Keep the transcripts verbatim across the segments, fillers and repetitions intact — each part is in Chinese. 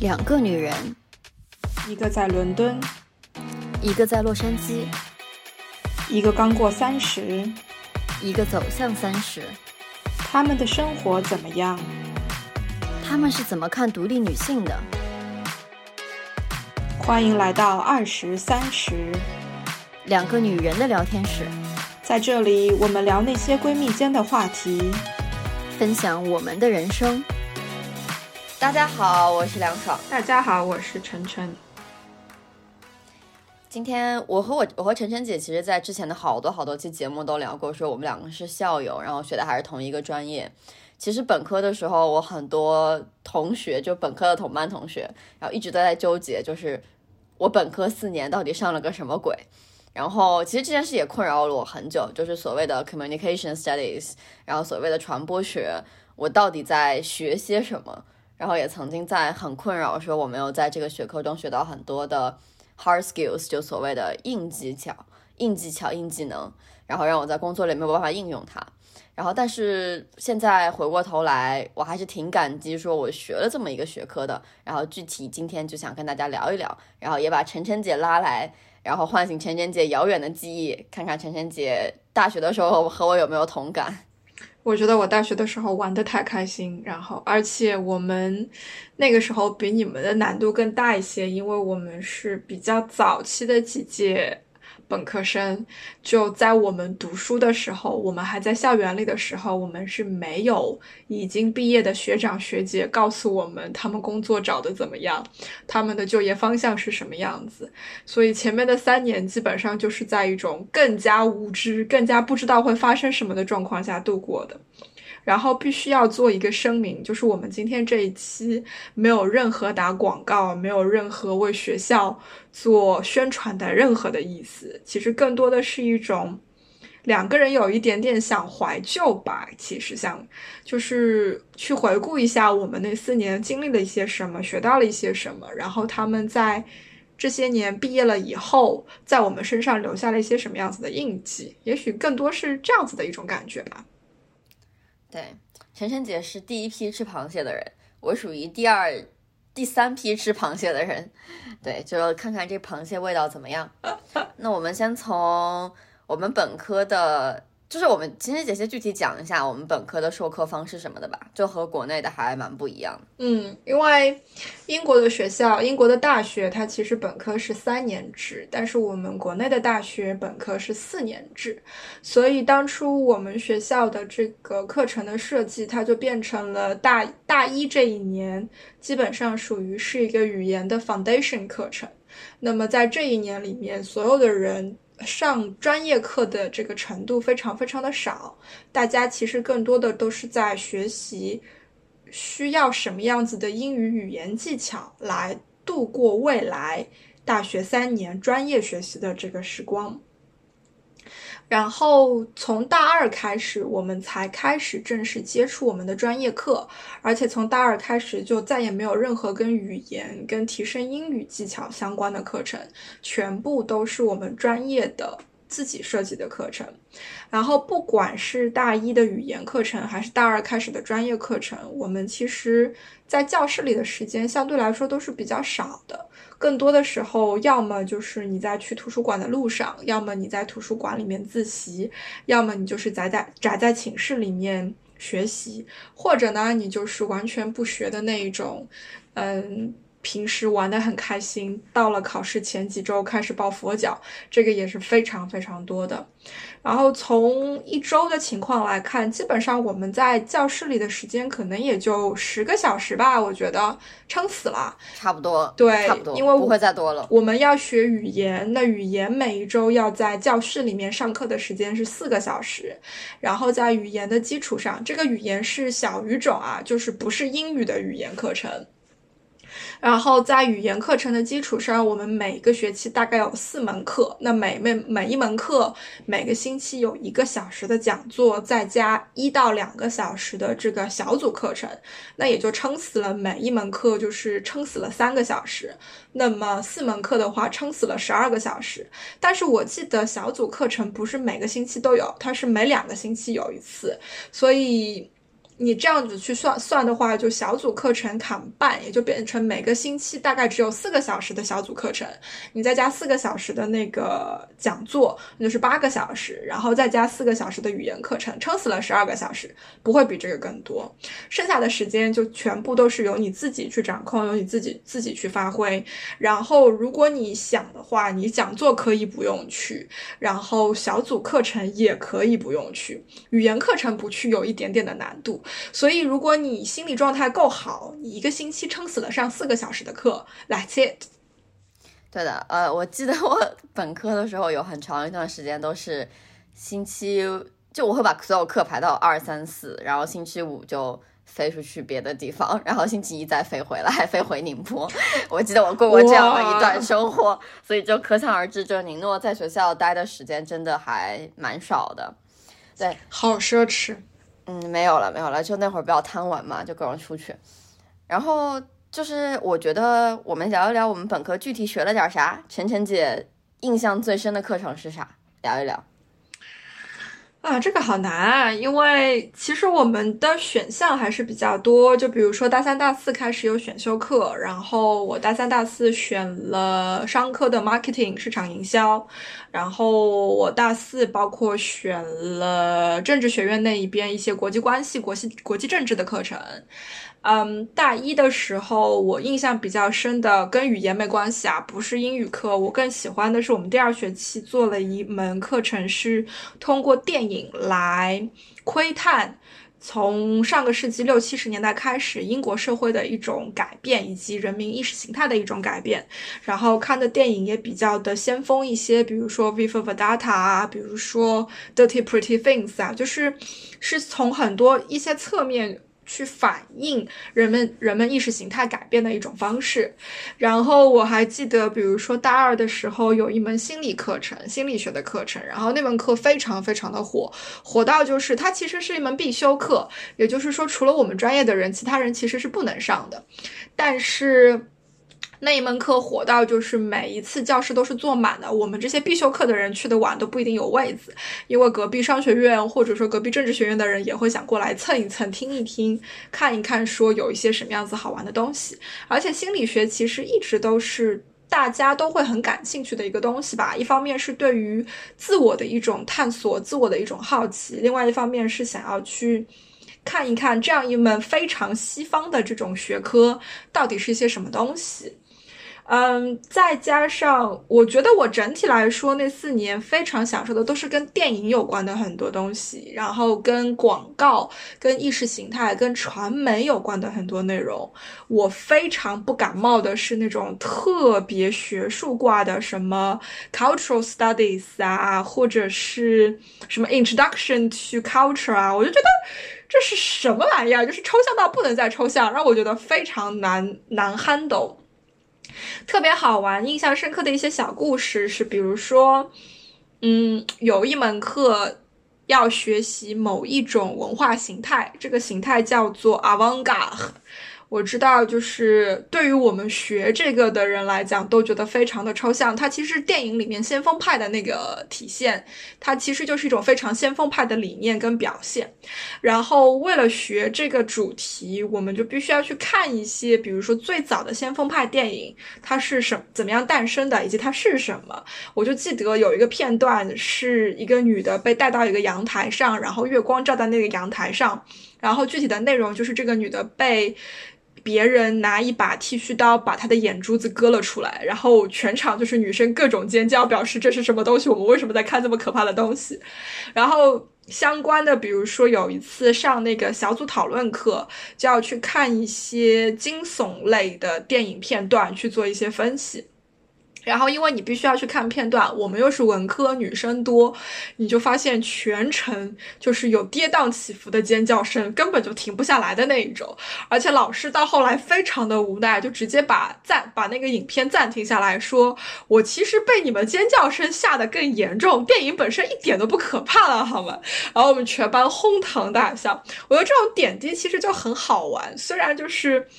两个女人， 一个在伦敦， 一个在洛杉矶， 一个刚过三十， 一个走向三十。 他们的生活怎么样？ 他们是怎么看独立女性的？ 欢迎来到二十三十， 两个女人的聊天室。 在这里，我们聊那些闺蜜间的话题， 分享我们的人生。大家好，我是梁爽。 大家好，我是晨晨。 今天我和我我和晨晨姐，其实在之前的好多好多期节目都聊过，说我们两个是校友，然后学的还是同一个专业。其实本科的时候，我很多同学，就本科的同班同学，然后一直都在纠结，就是我本科四年到底上了个什么鬼。然后其实这件事也困扰了我很久，就是所谓的 communication studies， 然后所谓的传播学，我到底在学些什么？然后也曾经在很困扰说我没有在这个学科中学到很多的 hard skills， 就所谓的硬技巧、硬技巧、硬技能，然后让我在工作里没有办法应用它。然后但是现在回过头来，我还是挺感激说我学了这么一个学科的。然后具体今天就想跟大家聊一聊，然后也把晨晨姐拉来，然后唤醒晨晨姐遥远的记忆，看看晨晨姐大学的时候和我有没有同感。 我觉得我大学的时候玩得太开心，然后而且我们那个时候比你们的难度更大一些，因为我们是比较早期的几届本科生。就在我们读书的时候，我们还在校园里的时候，我们是没有已经毕业的学长学姐告诉我们他们工作找得怎么样，他们的就业方向是什么样子。所以前面的三年基本上就是在一种更加无知、更加不知道会发生什么的状况下度过的。然后必须要做一个声明，就是我们今天这一期没有任何打广告，没有任何为学校做宣传的任何的意思，其实更多的是一种两个人有一点点想怀旧吧，其实想就是去回顾一下我们那四年经历了一些什么，学到了一些什么，然后他们在这些年毕业了以后，在我们身上留下了一些什么样子的印记，也许更多是这样子的一种感觉吧。 对，晨晨姐是第一批吃螃蟹的人，我属于第二、第三批吃螃蟹的人。对，就看看这螃蟹味道怎么样。那我们先从我们本科的，就是我们晨晨姐先具体讲一下我们本科的授课方式什么的吧，就和国内的还蛮不一样的。 嗯，因为英国的学校，英国的大学，它其实本科是三年制，但是我们国内的大学本科是四年制，所以当初我们学校的这个课程的设计，它就变成了大大一这一年，基本上属于是一个语言的 foundation 课程。那么在这一年里面，所有的人上专业课的这个程度非常非常的少，大家其实更多的都是在学习需要什么样子的英语语言技巧来度过未来大学三年专业学习的这个时光。然后从大二开始，我们才开始正式接触我们的专业课，而且从大二开始就再也没有任何跟语言、跟提升英语技巧相关的课程，全部都是我们专业的自己设计的课程。然后不管是大一的语言课程还是大二开始的专业课程，我们其实在教室里的时间相对来说都是比较少的，更多的时候要么就是你在去图书馆的路上，要么你在图书馆里面自习，要么你就是宅在宅在寝室里面学习，或者呢你就是完全不学的那一种，嗯平时玩得很开心，到了考试前几周开始抱佛脚，这个也是非常非常多的。然后从一周的情况来看，基本上我们在教室里的时间可能也就十个小时吧，我觉得撑死了。 差不多， 对， 差不多， 因为不会再多了。 我们要学语言，那语言每一周要在教室里面上课的时间是四个小时，然后在语言的基础上，这个语言是小语种啊，就是不是英语的语言课程。然后在语言课程的基础上，我们每个学期大概有四门课，那每每每一门课每个星期有一个小时的讲座，再加一到两个小时的这个小组课程，那也就撑死了每一门课就是撑死了三个小时，那么四门课的话撑死了十二个小时。但是我记得小组课程不是每个星期都有，它是每两个星期有一次，所以你这样子去算算的话，就小组课程砍半，也就变成每个星期大概只有四个小时的小组课程，你再加四个小时的那个讲座，那就是八个小时，然后再加四个小时的语言课程，撑死了十二个小时，不会比这个更多。剩下的时间就全部都是由你自己去掌控，由你自己自己去发挥。然后如果你想的话，你讲座可以不用去，然后小组课程也可以不用去，语言课程不去有一点点的难度。所以如果你心理状态够好，你一个星期撑死了上四个小时的课 That's it。 对的，呃，我记得我本科的时候有很长一段时间都是星期，就我会把所有课排到二三四，然后星期五就飞出去别的地方，然后星期一再飞回来，飞回宁波。我记得我过过这样的一段生活，所以就可想而知，就宁诺在学校待的时间真的还蛮少的。对， 好奢侈。 嗯，没有了，没有了，就那会儿比较贪玩嘛，就各种出去。然后就是我觉得我们聊一聊我们本科具体学了点啥。晨晨姐印象最深的课程是啥？聊一聊。 啊，这个好难啊，因为其实我们的选项还是比较多，就比如说大三大四开始有选修课，然后我大三大四选了商科的 marketing 市场营销，然后我大四包括选了政治学院那一边一些国际关系、国际国际政治的课程。嗯，大一的时候我印象比较深的跟语言没关系啊，不是英语课，我更喜欢的是我们第二学期做了一门课程，是通过电影来窥探从上个世纪六七十年代开始英国社会的一种改变，以及人民意识形态的一种改变。然后看的电影也比较的先锋一些，比如说 V for Vendetta 啊，比如说 Dirty Pretty Things 啊，就是是从很多一些侧面去反映人们人们意识形态改变的一种方式。然后我还记得比如说大二的时候有一门心理课程，心理学的课程，然后那门课非常非常的火，火到就是它其实是一门必修课，也就是说除了我们专业的人，其他人其实是不能上的。但是那一门课火到就是每一次教室都是坐满的，我们这些必修课的人去的晚都不一定有位子，因为隔壁商学院或者说隔壁政治学院的人也会想过来蹭一蹭，听一听，看一看，说有一些什么样子好玩的东西。而且心理学其实一直都是大家都会很感兴趣的一个东西吧，一方面是对于自我的一种探索，自我的一种好奇，另外一方面是想要去看一看这样一门非常西方的这种学科到底是一些什么东西。嗯，再加上我觉得我整体来说那四年非常享受的都是跟电影有关的很多东西，然后跟广告、跟意识形态、跟传媒有关的很多内容。我非常不感冒的是那种特别学术挂的什么 cultural studies 啊，或者是什么 introduction to culture 啊，我就觉得这是什么玩意儿，就是抽象到不能再抽象，让我觉得非常难难 handle。特别好玩印象深刻的一些小故事是，比如说嗯，有一门课要学习某一种文化形态，这个形态叫做 avant-garde。我知道就是对于我们学这个的人来讲都觉得非常的抽象，它其实电影里面先锋派的那个体现，它其实就是一种非常先锋派的理念跟表现。然后为了学这个主题，我们就必须要去看一些比如说最早的先锋派电影，它是什怎么样诞生的，以及它是什么。我就记得有一个片段是一个女的被带到一个阳台上，然后月光照在那个阳台上，然后具体的内容就是这个女的被别人拿一把剃须刀把她的眼珠子割了出来，然后全场就是女生各种尖叫，表示这是什么东西，我们为什么在看这么可怕的东西。然后相关的比如说有一次上那个小组讨论课，就要去看一些惊悚类的电影片段去做一些分析。然后因为你必须要去看片段，我们又是文科女生多，你就发现全程就是有跌宕起伏的尖叫声，根本就停不下来的那一种。而且老师到后来非常的无奈，就直接把暂把那个影片暂停下来，说我其实被你们尖叫声吓得更严重，电影本身一点都不可怕了好吗？然后我们全班哄堂大笑。我觉得这种点滴其实就很好玩，虽然就是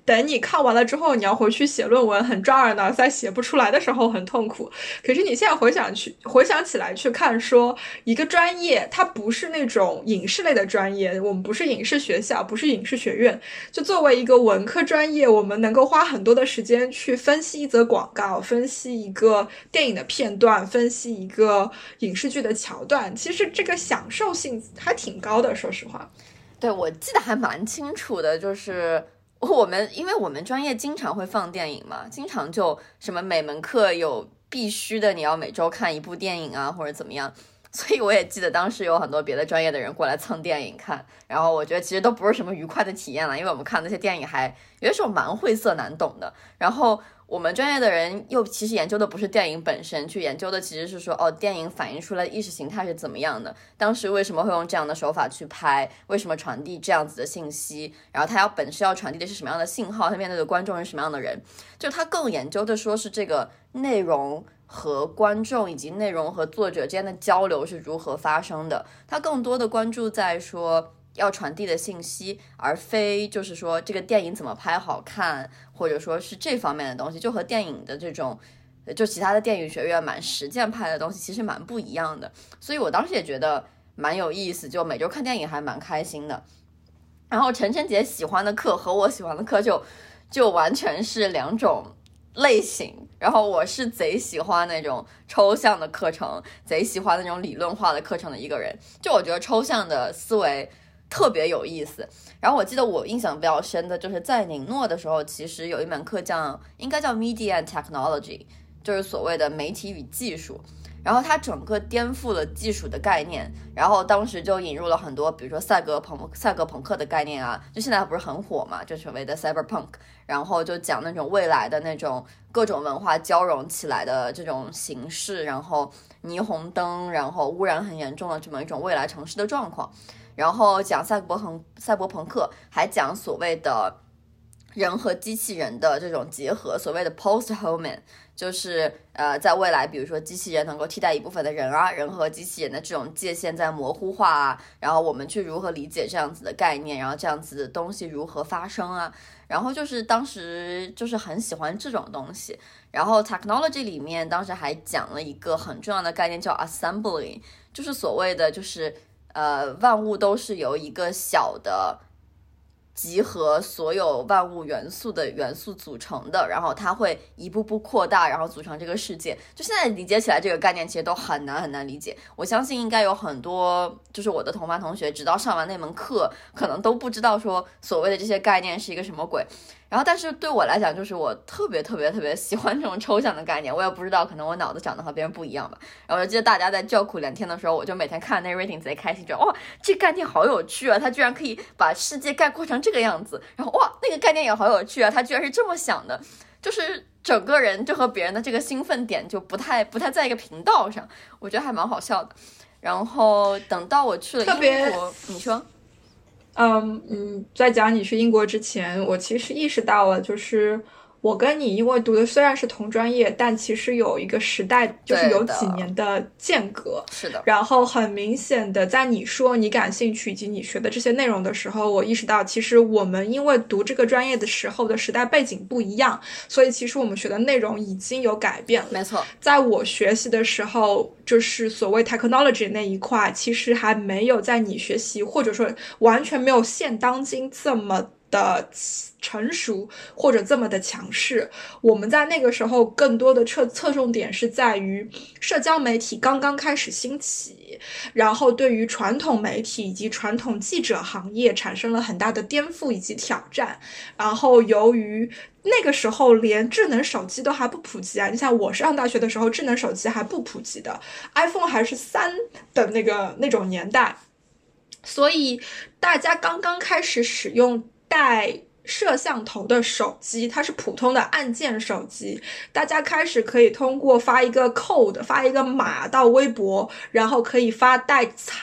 等你看完了之后，你要回去写论文，很抓耳挠腮，写不出来的时候很痛苦。可是你现在回想去回想起来去看说，一个专业它不是那种影视类的专业，我们不是影视学校，不是影视学院，就作为一个文科专业，我们能够花很多的时间去分析一则广告，分析一个电影的片段，分析一个影视剧的桥段，其实这个享受性还挺高的，说实话。 对，我记得还蛮清楚的，就是我们因为我们专业经常会放电影嘛，经常就什么每门课有必须的你要每周看一部电影啊，或者怎么样，所以我也记得当时有很多别的专业的人过来蹭电影看，然后我觉得其实都不是什么愉快的体验了，因为我们看那些电影还有的时候蛮晦涩难懂的，然后我们专业的人又其实研究的不是电影本身，去研究的其实是说哦，电影反映出来的意识形态是怎么样的，当时为什么会用这样的手法去拍，为什么传递这样子的信息，然后他要本身要传递的是什么样的信号，他面对的观众是什么样的人，就是他更研究的说是这个内容和观众以及内容和作者之间的交流是如何发生的，他更多的关注在说要传递的信息，而非就是说这个电影怎么拍好看，或者说是这方面的东西，就和电影的这种就其他的电影学院蛮实践派的东西其实蛮不一样的，所以我当时也觉得蛮有意思，就每周看电影还蛮开心的。然后晨晨姐喜欢的课和我喜欢的课就就完全是两种类型，然后我是贼喜欢那种抽象的课程，贼喜欢那种理论化的课程的一个人，就我觉得抽象的思维特别有意思。然后我记得我印象比较深的就是在宁诺的时候，其实有一门课叫应该叫 Media and Technology， 就是所谓的媒体与技术，然后它整个颠覆了技术的概念，然后当时就引入了很多比如说赛格朋赛格朋克的概念啊，就现在不是很火嘛，就所谓的 cyberpunk， 然后就讲那种未来的那种各种文化交融起来的这种形式，然后霓虹灯，然后污染很严重的这么一种未来城市的状况，然后讲赛博朋赛博朋克，还讲所谓的人和机器人的这种结合，所谓的 post-human， 就是呃，在未来比如说机器人能够替代一部分的人啊，人和机器人的这种界限在模糊化啊，然后我们去如何理解这样子的概念，然后这样子的东西如何发生啊，然后就是当时就是很喜欢这种东西。然后 technology 里面当时还讲了一个很重要的概念叫 assembly， 就是所谓的就是呃，万物都是由一个小的集合所有万物元素的元素组成的，然后它会一步步扩大，然后组成这个世界。就现在理解起来这个概念其实都很难很难理解，我相信应该有很多就是我的同班同学直到上完那门课可能都不知道说所谓的这些概念是一个什么鬼，然后但是对我来讲就是我特别特别特别喜欢这种抽象的概念，我也不知道可能我脑子长得和别人不一样吧。然后我就记得大家在叫苦连天的时候，我就每天看那 rating 贼开心，觉得哇这概念好有趣啊，它居然可以把世界概括成这个样子，然后哇那个概念也好有趣啊，它居然是这么想的，就是整个人就和别人的这个兴奋点就不太不太在一个频道上，我觉得还蛮好笑的。然后等到我去了英国，你说嗯嗯，在讲你去英国之前，我其实意识到了，就是我跟你因为读的虽然是同专业，但其实有一个时代，就是有几年的间隔。 是的。 然后很明显的，在你说你感兴趣以及你学的这些内容的时候，我意识到，其实我们因为读这个专业的时候的时代背景不一样，所以其实我们学的内容已经有改变了。 没错， 在我学习的时候，就是所谓 technology 那一块，其实还没有在你学习，或者说完全没有现当今这么的成熟或者这么的强势。我们在那个时候更多的侧侧重点是在于社交媒体刚刚开始兴起，然后对于传统媒体以及传统记者行业产生了很大的颠覆以及挑战。然后由于那个时候连智能手机都还不普及啊，你像我上大学的时候智能手机还不普及的， iPhone 还是三的那个那种年代，所以大家刚刚开始使用带摄像头的手机，它是普通的按键手机，大家开始可以通过发一个 code 发一个码到微博，然后可以发带彩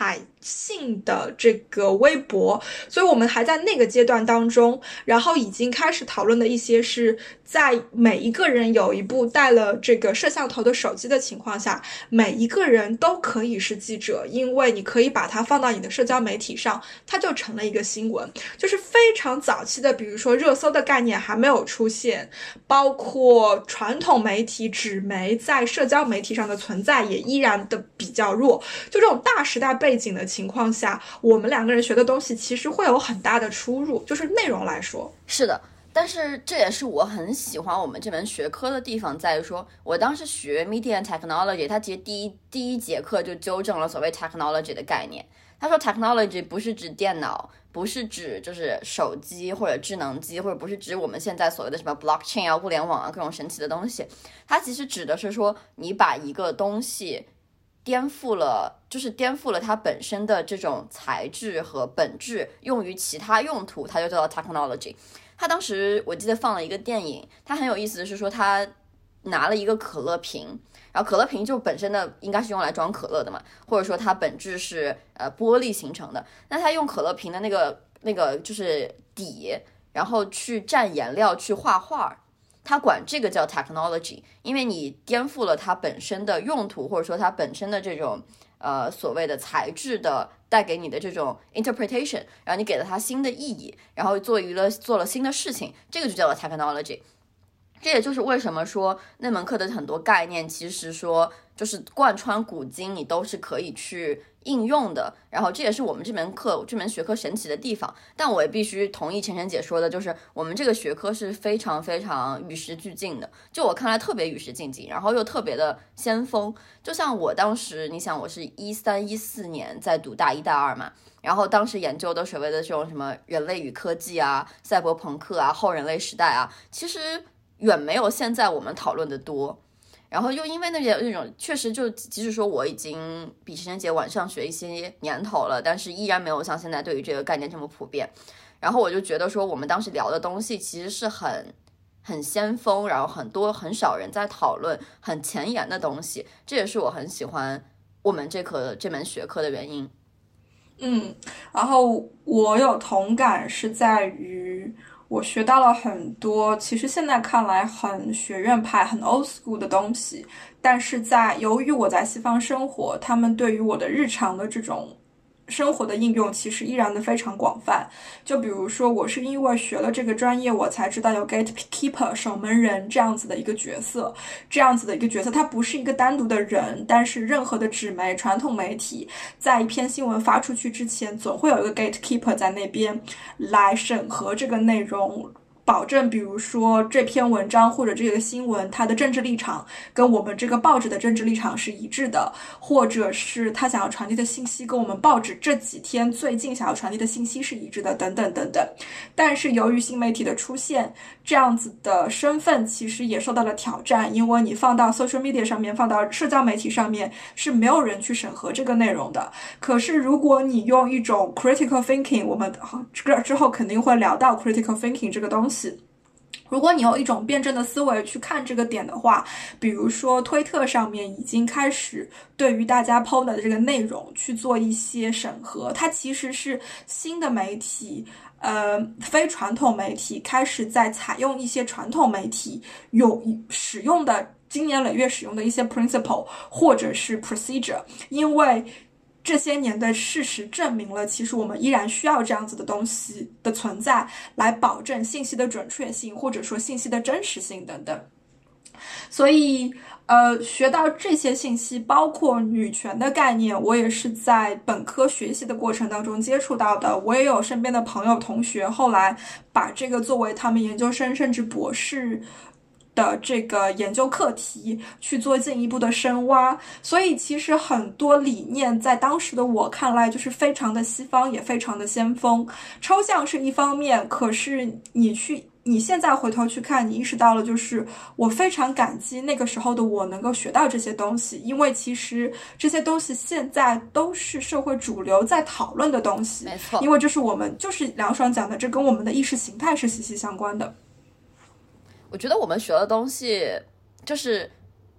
性的这个微博，所以我们还在那个阶段当中，然后已经开始讨论的一些是在每一个人有一部带了这个摄像头的手机的情况下，每一个人都可以是记者，因为你可以把它放到你的社交媒体上，它就成了一个新闻。就是非常早期的，比如说热搜的概念还没有出现，包括传统媒体纸媒在社交媒体上的存在也依然的比较弱，就这种大时代背景的情况下，我们两个人学的东西其实会有很大的出入，就是内容来说。 是的，但是这也是我很喜欢我们这门学科的地方，在于说我当时学 Media and Technology， 它其实第一第一节课就纠正了所谓 technology 的概念。他说 technology 不是指电脑，不是指就是手机或者智能机，或者不是指我们现在所谓的什么 blockchain 啊、物联网啊各种神奇的东西，它其实指的是说你把一个东西颠覆了，就是颠覆了它本身的这种材质和本质，用于其他用途，它就叫做 technology。 他当时我记得放了一个电影，他很有意思的是说他拿了一个可乐瓶，然后可乐瓶就本身的应该是用来装可乐的嘛，或者说它本质是呃玻璃形成的，那他用可乐瓶的那个那个就是底，然后去蘸颜料去画画，他管这个叫 technology， 因为你颠覆了它本身的用途，或者说它本身的这种呃所谓的材质的带给你的这种 interpretation， 然后你给了它新的意义，然后做娱乐做了新的事情，这个就叫做 technology。这也就是为什么说那门课的很多概念其实说就是贯穿古今，你都是可以去应用的，然后这也是我们这门课这门学科神奇的地方。但我也必须同意晨晨姐说的，就是我们这个学科是非常非常与时俱进的，就我看来特别与时俱进，然后又特别的先锋。就像我当时，你想我是一三一四年在读大一大二嘛，然后当时研究的所谓的这种什么人类与科技啊、赛博朋克啊、后人类时代啊，其实远没有现在我们讨论的多。然后又因为那些那种确实就即使说我已经比陈晨姐晚上学一些年头了，但是依然没有像现在对于这个概念这么普遍。然后我就觉得说我们当时聊的东西其实是很很先锋，然后很多很少人在讨论很前沿的东西，这也是我很喜欢我们这科这门学科的原因。 嗯，然后我有同感是在于我学到了很多其实现在看来很学院派很 old school 的东西，但是在由于我在西方生活，他们对于我的日常的这种生活的应用其实依然的非常广泛。就比如说我是因为学了这个专业，我才知道有 gatekeeper 守门人这样子的一个角色，这样子的一个角色，它不是一个单独的人，但是任何的纸媒传统媒体在一篇新闻发出去之前，总会有一个 gatekeeper 在那边来审核这个内容，保证比如说这篇文章或者这个新闻它的政治立场跟我们这个报纸的政治立场是一致的，或者是他想要传递的信息跟我们报纸这几天最近想要传递的信息是一致的，等等等等。但是由于新媒体的出现，这样子的身份其实也受到了挑战，因为你放到 social media 上面，放到社交媒体上面是没有人去审核这个内容的。可是如果你用一种 critical thinking， 我们这个之后肯定会聊到 critical thinking 这个东西，如果你有一种辩证的思维去看这个点的话，比如说推特上面已经开始对于大家 P O 的这个内容去做一些审核，它其实是新的媒体呃，非传统媒体开始在采用一些传统媒体有使用的经年累月使用的一些 principle 或者是 procedure， 因为这些年的事实证明了，其实我们依然需要这样子的东西的存在，来保证信息的准确性，或者说信息的真实性等等。所以呃，学到这些信息，包括女权的概念，我也是在本科学习的过程当中接触到的。我也有身边的朋友同学后来把这个作为他们研究生甚至博士的这个研究课题去做进一步的深挖，所以其实很多理念在当时的我看来就是非常的西方，也非常的先锋。抽象是一方面，可是你去你现在回头去看，你意识到了，就是我非常感激那个时候的我能够学到这些东西，因为其实这些东西现在都是社会主流在讨论的东西。 没错， 因为这是我们就是梁爽讲的，这跟我们的意识形态是息息相关的。 我觉得我们学的东西就是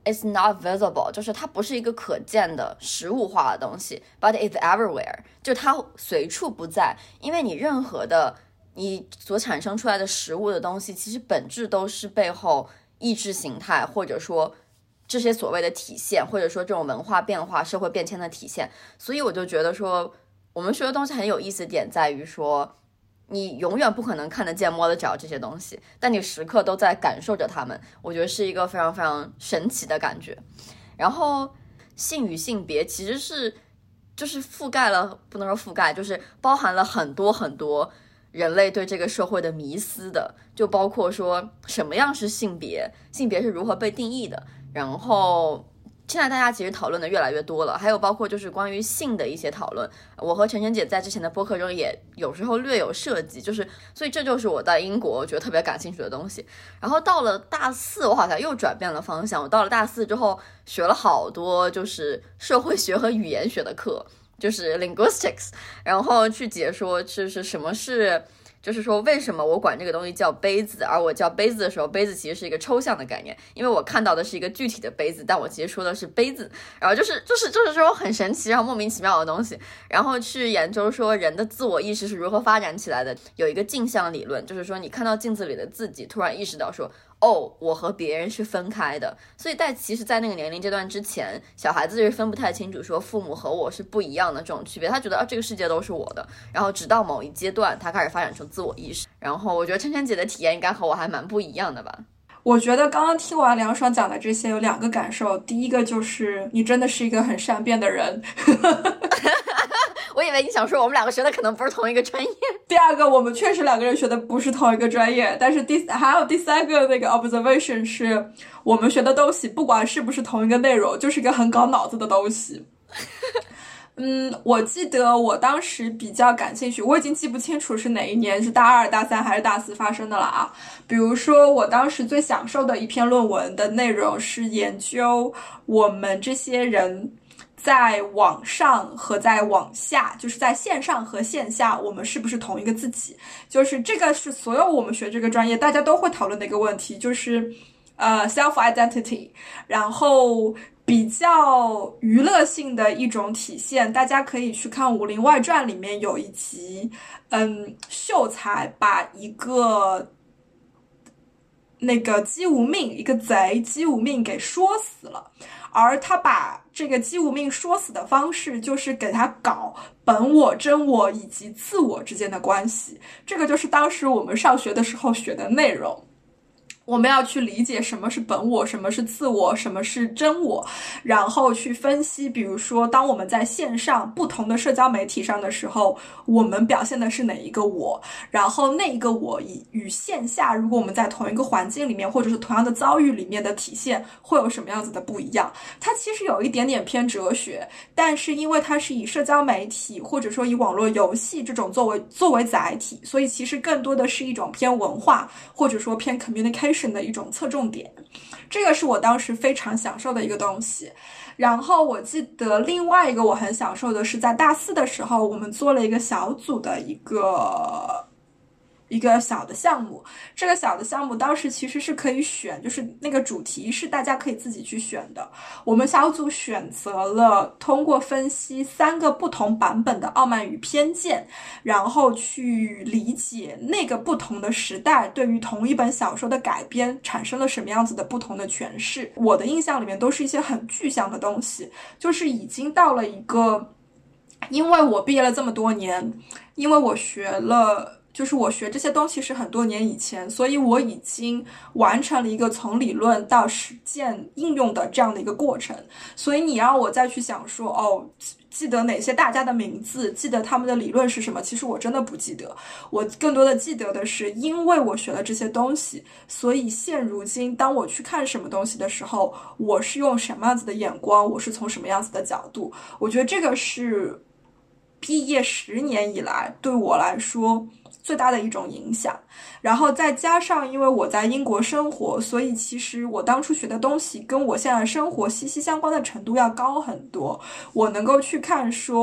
it's not visible， 就是它不是一个可见的实物化的东西 ，but it's everywhere， 就它随处不在。因为你任何的你所产生出来的实物的东西，其实本质都是背后意识形态，或者说这些所谓的体现，或者说这种文化变化、社会变迁的体现。所以我就觉得说，我们学的东西很有意思的点在于说，你永远不可能看得见摸得着这些东西，但你时刻都在感受着它们，我觉得是一个非常非常神奇的感觉。然后性与性别其实是就是覆盖了，不能说覆盖，就是包含了很多很多人类对这个社会的迷思的，就包括说什么样是性别，性别是如何被定义的，然后现在大家其实讨论的越来越多了，还有包括就是关于性的一些讨论，我和晨晨姐在之前的播客中也有时候略有涉及，就是所以这就是我在英国我觉得特别感兴趣的东西。然后到了大四我好像又转变了方向，我到了大四之后学了好多就是社会学和语言学的课，就是 linguistics， 然后去解说就是什么是就是说为什么我管这个东西叫杯子，而我叫杯子的时候，杯子其实是一个抽象的概念，因为我看到的是一个具体的杯子，但我其实说的是杯子，然后就是就是就是这种很神奇然后莫名其妙的东西，然后去研究说人的自我意识是如何发展起来的。有一个镜像理论，就是说你看到镜子里的自己，突然意识到说哦，我和别人是分开的。所以在其实在那个年龄阶段之前，小孩子是分不太清楚说父母和我是不一样的这种区别，他觉得啊这个世界都是我的，然后直到某一阶段他开始发展出自我意识。然后我觉得琛琛姐的体验应该和我还蛮不一样的吧。 我觉得刚刚听完梁爽讲的这些有两个感受，第一个就是你真的是一个很善变的人我以为你想说我们两个学的可能不是同一个专业。 第二个，我们确实两个人学的不是同一个专业，但是第还有第三个那个 observation 是我们学的东西不管是不是同一个内容，就是一个很搞脑子的东西嗯，我记得我当时比较感兴趣，我已经记不清楚是哪一年，是大二、大三还是大四发生的了啊。比如说，我当时最享受的一篇论文的内容是研究我们这些人在网上和在网下，就是在线上和线下，我们是不是同一个自己？就是这个是所有我们学这个专业大家都会讨论的一个问题，就是呃 self identity， 然后比较娱乐性的一种体现，大家可以去看《武林外传》里面有一集，嗯，秀才把一个那个姬无命，一个贼姬无命给说死了，而他把这个姬无命说死的方式就是给他搞本我、真我以及自我之间的关系，这个就是当时我们上学的时候学的内容。我们要去理解什么是本我，什么是自我，什么是真我，然后去分析，比如说当我们在线上不同的社交媒体上的时候，我们表现的是哪一个我，然后那一个我与线下如果我们在同一个环境里面或者是同样的遭遇里面的体现会有什么样子的不一样。它其实有一点点偏哲学，但是因为它是以社交媒体或者说以网络游戏这种作为作为载体，所以其实更多的是一种偏文化或者说偏 communication的一种侧重点，这个是我当时非常享受的一个东西。然后我记得另外一个我很享受的是在大四的时候，我们做了一个小组的一个一个小的项目，这个小的项目当时其实是可以选，就是那个主题是大家可以自己去选的。我们小组选择了通过分析三个不同版本的《傲慢与偏见》，然后去理解那个不同的时代对于同一本小说的改编产生了什么样子的不同的诠释。我的印象里面都是一些很具象的东西，就是已经到了一个，因为我毕业了这么多年，因为我学了就是我学这些东西是很多年以前，所以我已经完成了一个从理论到实践应用的这样的一个过程。所以你让我再去想说，哦，记得哪些大家的名字，记得他们的理论是什么，其实我真的不记得。我更多的记得的是，因为我学了这些东西，所以现如今当我去看什么东西的时候，我是用什么样子的眼光，我是从什么样子的角度。我觉得这个是毕业十年以来对我来说最大的一种影响。然后再加上因为我在英国生活，所以其实我当初学的东西跟我现在生活息息相关的程度要高很多。我能够去看说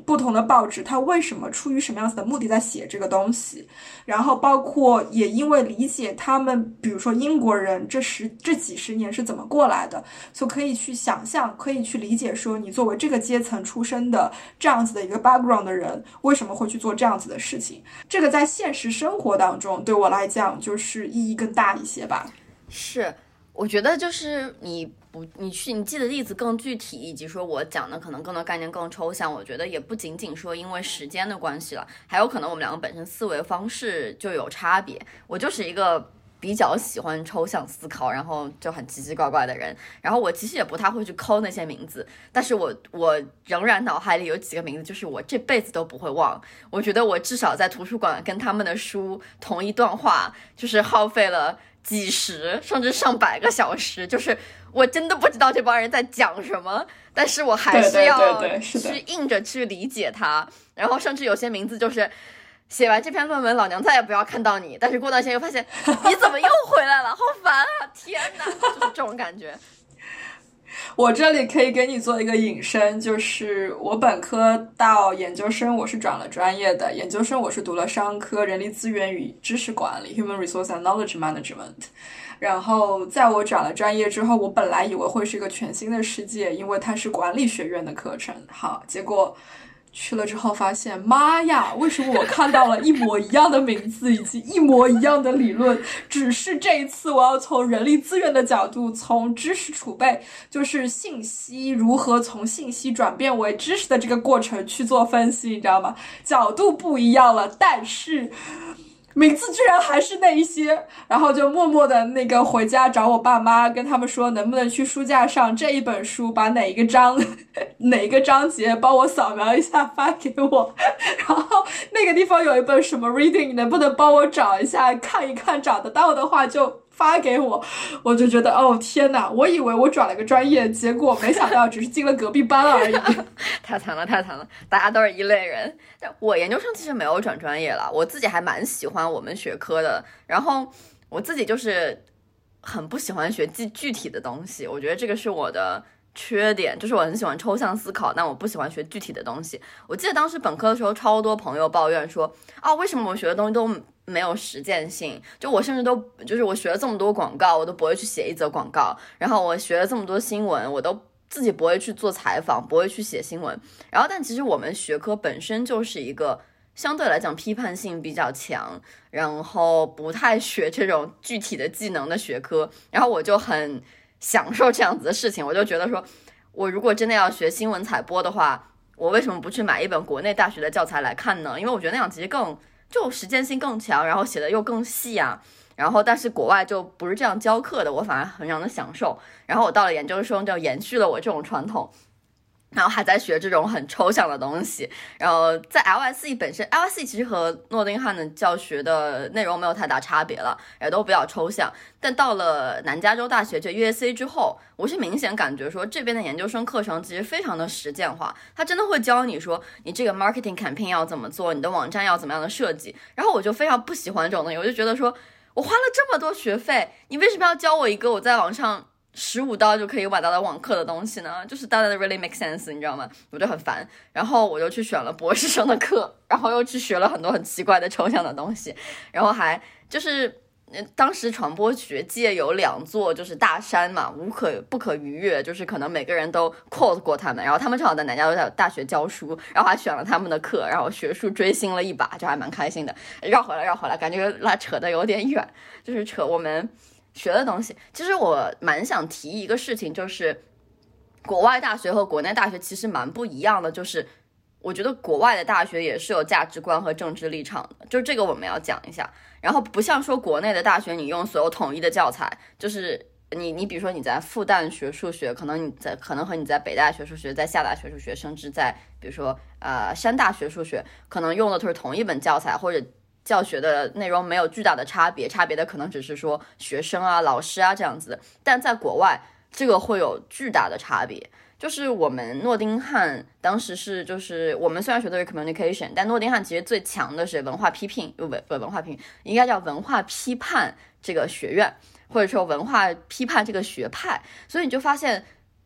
不同的报纸它为什么出于什么样子的目的在写这个东西，然后包括也因为理解他们比如说英国人这十这几十年是怎么过来的，所以可以去想象，可以去理解说你作为这个阶层出身的这样子的一个 background 的人为什么会去做这样子的事情。这个在现实生活当中对我来讲就是意义更大一些吧。 是，我觉得就是你不，你去你记的例子更具体，以及说我讲的可能更多概念更抽象，我觉得也不仅仅说因为时间的关系了，还有可能我们两个本身思维方式就有差别。我就是一个比较喜欢抽象思考，然后就很奇奇怪怪的人，然后我其实也不太会去抠那些名字，但是我我仍然脑海里有几个名字就是我这辈子都不会忘。我觉得我至少在图书馆跟他们的书同一段话就是耗费了几十甚至上百个小时，就是我真的不知道这帮人在讲什么，但是我还是要去硬着去理解它。然后甚至有些名字就是写完这篇论文老娘再也不要看到你，但是过段时间又发现你怎么又回来了，好烦啊，天哪，就是这种感觉。 我这里可以给你做一个引申，就是我本科到研究生我是转了专业的，研究生我是读了商科人力资源与知识管理 Human Resource and Knowledge Management。 然后在我转了专业之后，我本来以为会是一个全新的世界，因为它是管理学院的课程。好，结果去了之后发现，妈呀，为什么我看到了一模一样的名字以及一模一样的理论，只是这一次我要从人力资源的角度，从知识储备，就是信息如何从信息转变为知识的这个过程去做分析，你知道吗？角度不一样了，但是名字居然还是那一些。然后就默默的那个回家找我爸妈，跟他们说能不能去书架上这一本书把哪一个章哪一个章节帮我扫描一下发给我，然后那个地方有一本什么 reading 你能不能帮我找一下看一看，找得到的话就发给我。我就觉得哦天哪，我以为我转了个专业，结果没想到只是进了隔壁班而已。 太惨了太惨了，大家都是一类人。我研究生其实没有转专业了，我自己还蛮喜欢我们学科的，然后我自己就是很不喜欢学具具体的东西，我觉得这个是我的缺点，就是我很喜欢抽象思考，但我不喜欢学具体的东西。我记得当时本科的时候，超多朋友抱怨说啊，为什么我学的东西都没有实践性？就我甚至都就是我学了这么多广告，我都不会去写一则广告，然后我学了这么多新闻，我都自己不会去做采访，不会去写新闻。然后但其实我们学科本身就是一个相对来讲批判性比较强，然后不太学这种具体的技能的学科，然后我就很享受这样子的事情。我就觉得说，我如果真的要学新闻采播的话，我为什么不去买一本国内大学的教材来看呢？因为我觉得那样其实更就实践性更强，然后写的又更细啊。然后但是国外就不是这样教课的，我反而很让人享受。然后我到了研究生就延续了我这种传统，然后还在学这种很抽象的东西。然后在 L S E 本身 L S E 其实和诺丁汉的教学的内容没有太大差别了，也都比较抽象。但到了南加州大学就 U S A 之后，我是明显感觉说这边的研究生课程其实非常的实践化，他真的会教你说你这个 marketing campaign 要怎么做，你的网站要怎么样的设计。然后我就非常不喜欢这种东西，我就觉得说我花了这么多学费，你为什么要教我一个我在网上十五刀就可以买到的网课的东西呢？就是 doesn't really make sense， 你知道吗？我就很烦。然后我就去选了博士生的课，然后又去学了很多很奇怪的抽象的东西，然后还就是当时传播学界有两座就是大山嘛，无可不可逾越，就是可能每个人都 quote 过他们，然后他们正好在南加州大学教书，然后还选了他们的课，然后学术追星了一把，就还蛮开心的。绕回来绕回来，感觉拉扯得有点远，就是扯我们学的东西。其实我蛮想提一个事情，就是国外大学和国内大学其实蛮不一样的，就是我觉得国外的大学也是有价值观和政治立场的，就这个我们要讲一下。然后不像说国内的大学你用所有统一的教材，就是你你比如说你在复旦学数学，可能你在可能和你在北大学数学，在厦大学数学，甚至在比如说呃山大学数学，可能用的都是同一本教材，或者教学的内容没有巨大的差别，差别的可能只是说学生啊老师啊这样子的。但在国外这个会有巨大的差别。就是我们诺丁汉当时是就是我们虽然学的是 communication， 但诺丁汉其实最强的是文化批评，不不文化批评应该叫文化批判这个学院，或者说文化批判这个学派。所以你就发现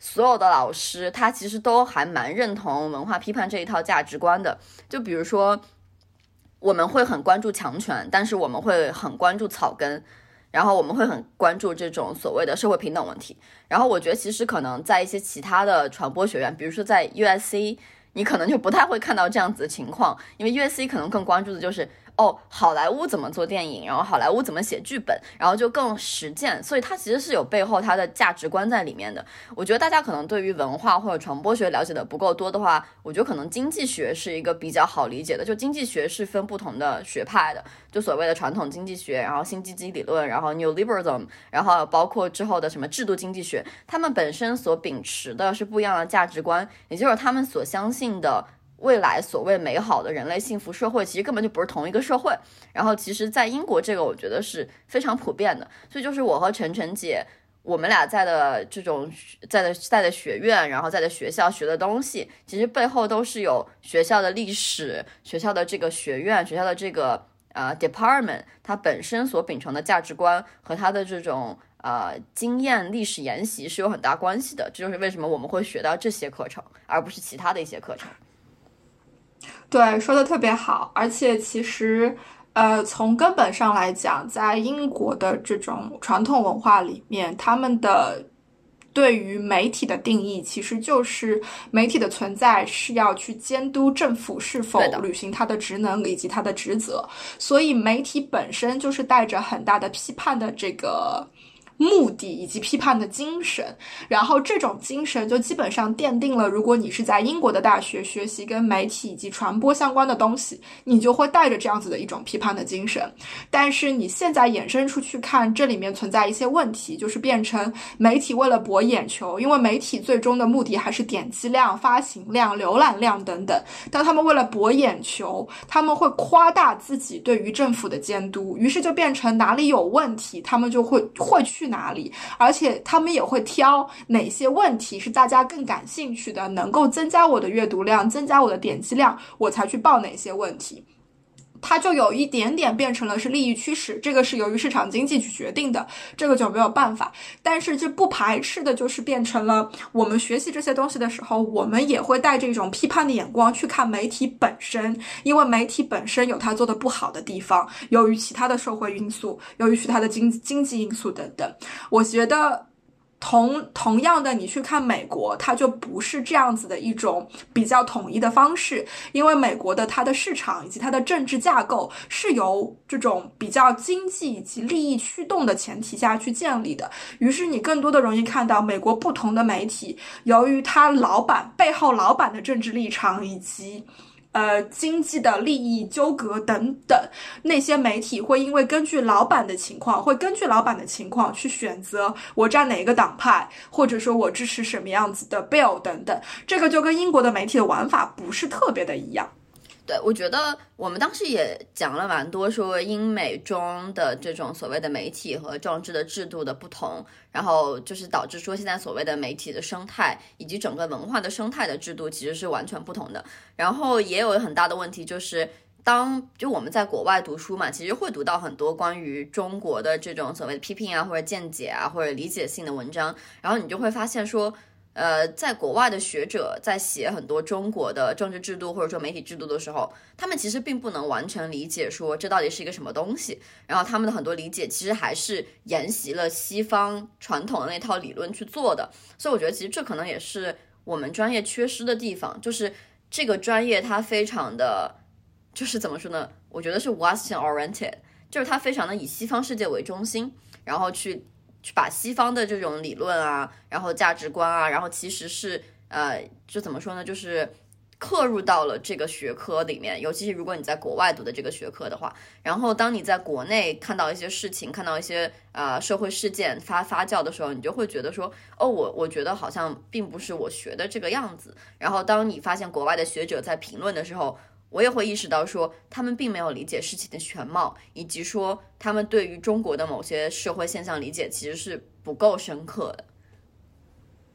所有的老师他其实都还蛮认同文化批判这一套价值观的。就比如说我们会很关注强权，但是我们会很关注草根，然后我们会很关注这种所谓的社会平等问题。然后我觉得其实可能在一些其他的传播学院，比如说在 U S C， 你可能就不太会看到这样子的情况，因为 U S C 可能更关注的就是哦，好莱坞怎么做电影，然后好莱坞怎么写剧本，然后就更实践，所以它其实是有背后它的价值观在里面的。我觉得大家可能对于文化或者传播学了解的不够多的话，我觉得可能经济学是一个比较好理解的。就经济学是分不同的学派的，就所谓的传统经济学，然后新经济理论，然后 neoliberalism， 然后包括之后的什么制度经济学，他们本身所秉持的是不一样的价值观，也就是他们所相信的未来所谓美好的人类幸福社会其实根本就不是同一个社会。然后其实在英国这个我觉得是非常普遍的，所以就是我和晨晨姐我们俩在的这种在的在的学院，然后在的学校学的东西，其实背后都是有学校的历史，学校的这个学院，学校的这个呃 department 它本身所秉承的价值观和它的这种呃经验历史研习是有很大关系的。这就是为什么我们会学到这些课程而不是其他的一些课程。 对，说的特别好。而且其实呃，从根本上来讲，在英国的这种传统文化里面，他们的对于媒体的定义其实就是媒体的存在是要去监督政府是否履行它的职能以及它的职责，所以媒体本身就是带着很大的批判的这个目的以及批判的精神，然后这种精神就基本上奠定了，如果你是在英国的大学学习跟媒体以及传播相关的东西，你就会带着这样子的一种批判的精神。但是你现在衍生出去看，这里面存在一些问题，就是变成媒体为了博眼球，因为媒体最终的目的还是点击量、发行量、浏览量等等，当他们为了博眼球，他们会夸大自己对于政府的监督，于是就变成哪里有问题他们就会会去哪里，而且他们也会挑哪些问题是大家更感兴趣的，能够增加我的阅读量，增加我的点击量，我才去报哪些问题。它就有一点点变成了是利益驱使，这个是由于市场经济去决定的，这个就没有办法。但是这不排斥的就是变成了我们学习这些东西的时候，我们也会带这种批判的眼光去看媒体本身，因为媒体本身有它做的不好的地方，由于其他的社会因素，由于其他的经经济因素等等。我觉得同同样的，你去看美国，它就不是这样子的一种比较统一的方式，因为美国的它的市场以及它的政治架构是由这种比较经济以及利益驱动的前提下去建立的，于是你更多的容易看到美国不同的媒体，由于它老板背后老板的政治立场以及呃，经济的利益纠葛等等，那些媒体会因为根据老板的情况，会根据老板的情况去选择我站哪一个党派，或者说我支持什么样子的 bill 等等，这个就跟英国的媒体的玩法不是特别的一样。 对，我觉得我们当时也讲了蛮多说英美中的这种所谓的媒体和政治的制度的不同，然后就是导致说现在所谓的媒体的生态以及整个文化的生态的制度其实是完全不同的。然后也有很大的问题，就是当就我们在国外读书嘛，其实会读到很多关于中国的这种所谓的批评啊，或者见解啊，或者理解性的文章，然后你就会发现说呃，在国外的学者在写很多中国的政治制度或者说媒体制度的时候，他们其实并不能完全理解说这到底是一个什么东西，然后他们的很多理解其实还是沿袭了西方传统的那套理论去做的。所以我觉得其实这可能也是我们专业缺失的地方，就是这个专业它非常的就是怎么说呢，我觉得是 Western oriented， 就是它非常的以西方世界为中心，然后去去把西方的这种理论啊，然后价值观啊，然后其实是呃，就怎么说呢，就是刻入到了这个学科里面，尤其是如果你在国外读的这个学科的话，然后当你在国内看到一些事情，看到一些呃社会事件发发酵的时候，你就会觉得说，哦，我我觉得好像并不是我学的这个样子。然后当你发现国外的学者在评论的时候，我也会意识到说他们并没有理解事情的全貌，以及说他们对于中国的某些社会现象理解其实是不够深刻的。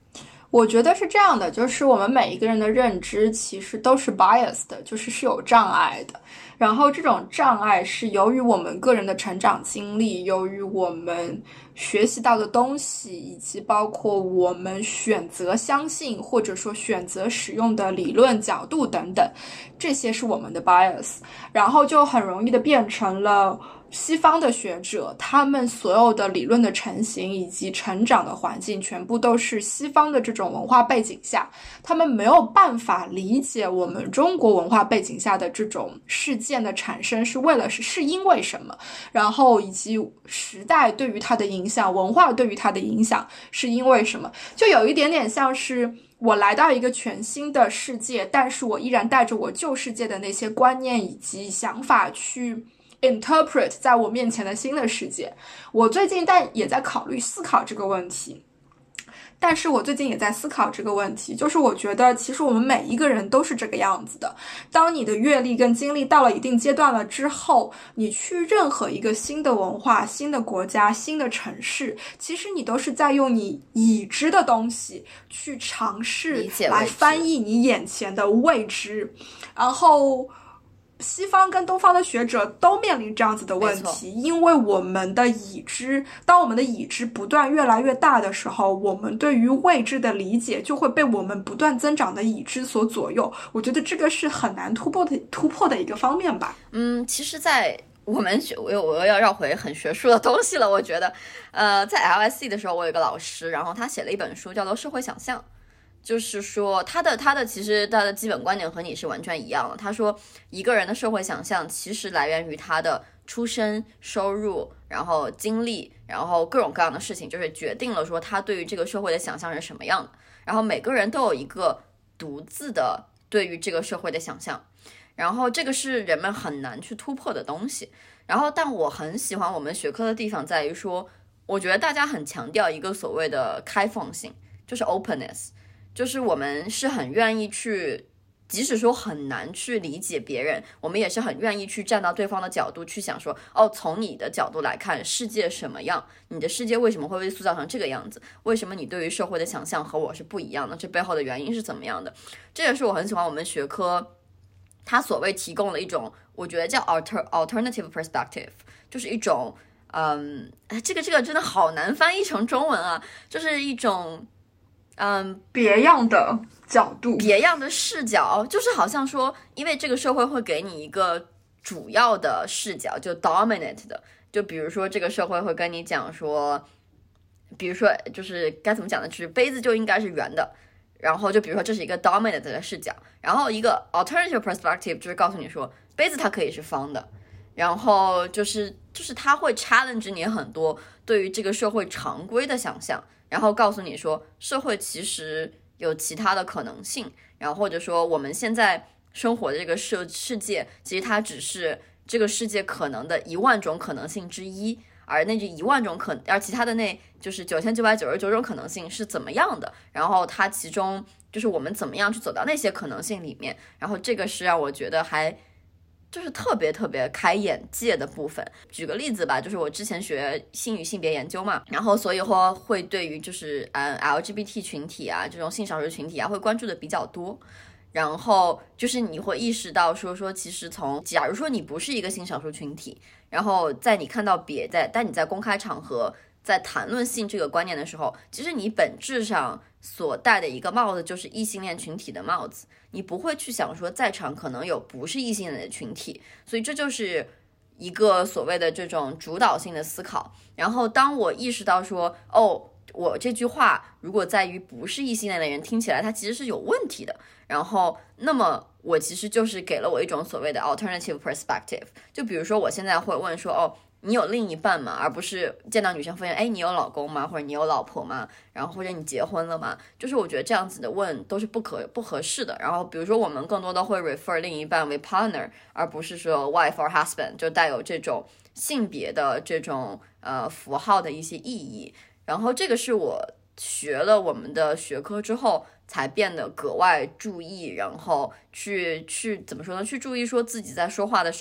我觉得是这样的，就是我们每一个人的认知其实都是 biased 的，就是是有障碍的。然后这种障碍是由于我们个人的成长经历，由于我们学习到的东西，以及包括我们选择相信或者说选择使用的理论角度等等，这些是我们的 bias， 然后就很容易的变成了西方的学者，他们所有的理论的成型以及成长的环境全部都是西方的这种文化背景下，他们没有办法理解我们中国文化背景下的这种事件的产生是为了是是因为什么，然后以及时代对于它的影响，文化对于它的影响是因为什么，就有一点点像是我来到一个全新的世界，但是我依然带着我旧世界的那些观念以及想法去interpret 在我面前的新的世界。我最近但也在考虑思考这个问题，但是我最近也在思考这个问题，就是我觉得其实我们每一个人都是这个样子的。当你的阅历跟经历到了一定阶段了之后，你去任何一个新的文化、新的国家、新的城市，其实你都是在用你已知的东西去尝试来翻译你眼前的未知。然后西方跟东方的学者都面临这样子的问题，因为我们的已知，当我们的已知不断越来越大的时候，我们对于未知的理解就会被我们不断增长的已知所左右。我觉得这个是很难突破的突破的一个方面吧。 嗯，其实在我们学我我又要绕回很学术的东西了。我觉得呃，在 L S E 的时候，我有一个老师，然后他写了一本书叫做《社会想象》，就是说他的他的其实他的基本观点和你是完全一样的。他说一个人的社会想象其实来源于他的出身、收入，然后经历，然后各种各样的事情，就是决定了说他对于这个社会的想象是什么样的。然后每个人都有一个独自的对于这个社会的想象，然后这个是人们很难去突破的东西。然后但我很喜欢我们学科的地方在于说，我觉得大家很强调一个所谓的开放性，就是 openness，就是我们是很愿意去，即使说很难去理解别人，我们也是很愿意去站到对方的角度去想说，哦，从你的角度来看世界什么样，你的世界为什么会被塑造成这个样子，为什么你对于社会的想象和我是不一样的，这背后的原因是怎么样的。这也是我很喜欢我们学科它所谓提供了一种我觉得叫 alter alternative perspective， 就是一种嗯，这个这个真的好难翻译成中文啊，就是一种嗯， 别样的角度， 别样的视角，就是好像说，因为这个社会会给你一个主要的视角，就 dominant 的，就比如说这个社会会跟你讲说，比如说就是该怎么讲呢，就是杯子就应该是圆的，然后就比如说这是一个 dominant 的视角，然后一个 alternative perspective 就是告诉你说，杯子它可以是方的，然后就是就是它会 challenge 你很多对于这个社会常规的想象。然后告诉你说社会其实有其他的可能性，然后或者说我们现在生活的这个世世界其实它只是这个世界可能的一万种可能性之一，而那这一万种可而其他的那就是九千九百九十九种可能性是怎么样的，然后它其中就是我们怎么样去走到那些可能性里面，然后这个是让我觉得还就是特别特别开眼界的部分。举个例子吧，就是我之前学性与性别研究嘛，然后所以说会对于就是嗯 L G B T 群体啊这种性少数群体啊会关注的比较多，然后就是你会意识到说说其实从假如说你不是一个性少数群体，然后在你看到别在但你在公开场合在谈论性这个观念的时候，其实你本质上所戴的一个帽子就是异性恋群体的帽子，你不会去想说在场可能有不是异性恋的群体，所以这就是一个所谓的这种主导性的思考。然后当我意识到说哦，我这句话如果在于不是异性恋的人听起来它其实是有问题的，然后那么我其实就是给了我一种所谓的 alternative perspective。 就比如说我现在会问说哦，你有另一半吗？而不是见到女生发现哎，你有老公吗？或者你有老婆吗？然后或者你结婚了吗？就是我觉得这样子的问都是不可不合适的。然后比如说我们更多的会 refer 另一半为 partner， 而不是说 wife or husband， 就带有这种性别的这种呃符号的一些意义。然后这个是我学了我们的学科之后才变得格外注意，然后去去怎么说呢？去注意说自己在说话的时候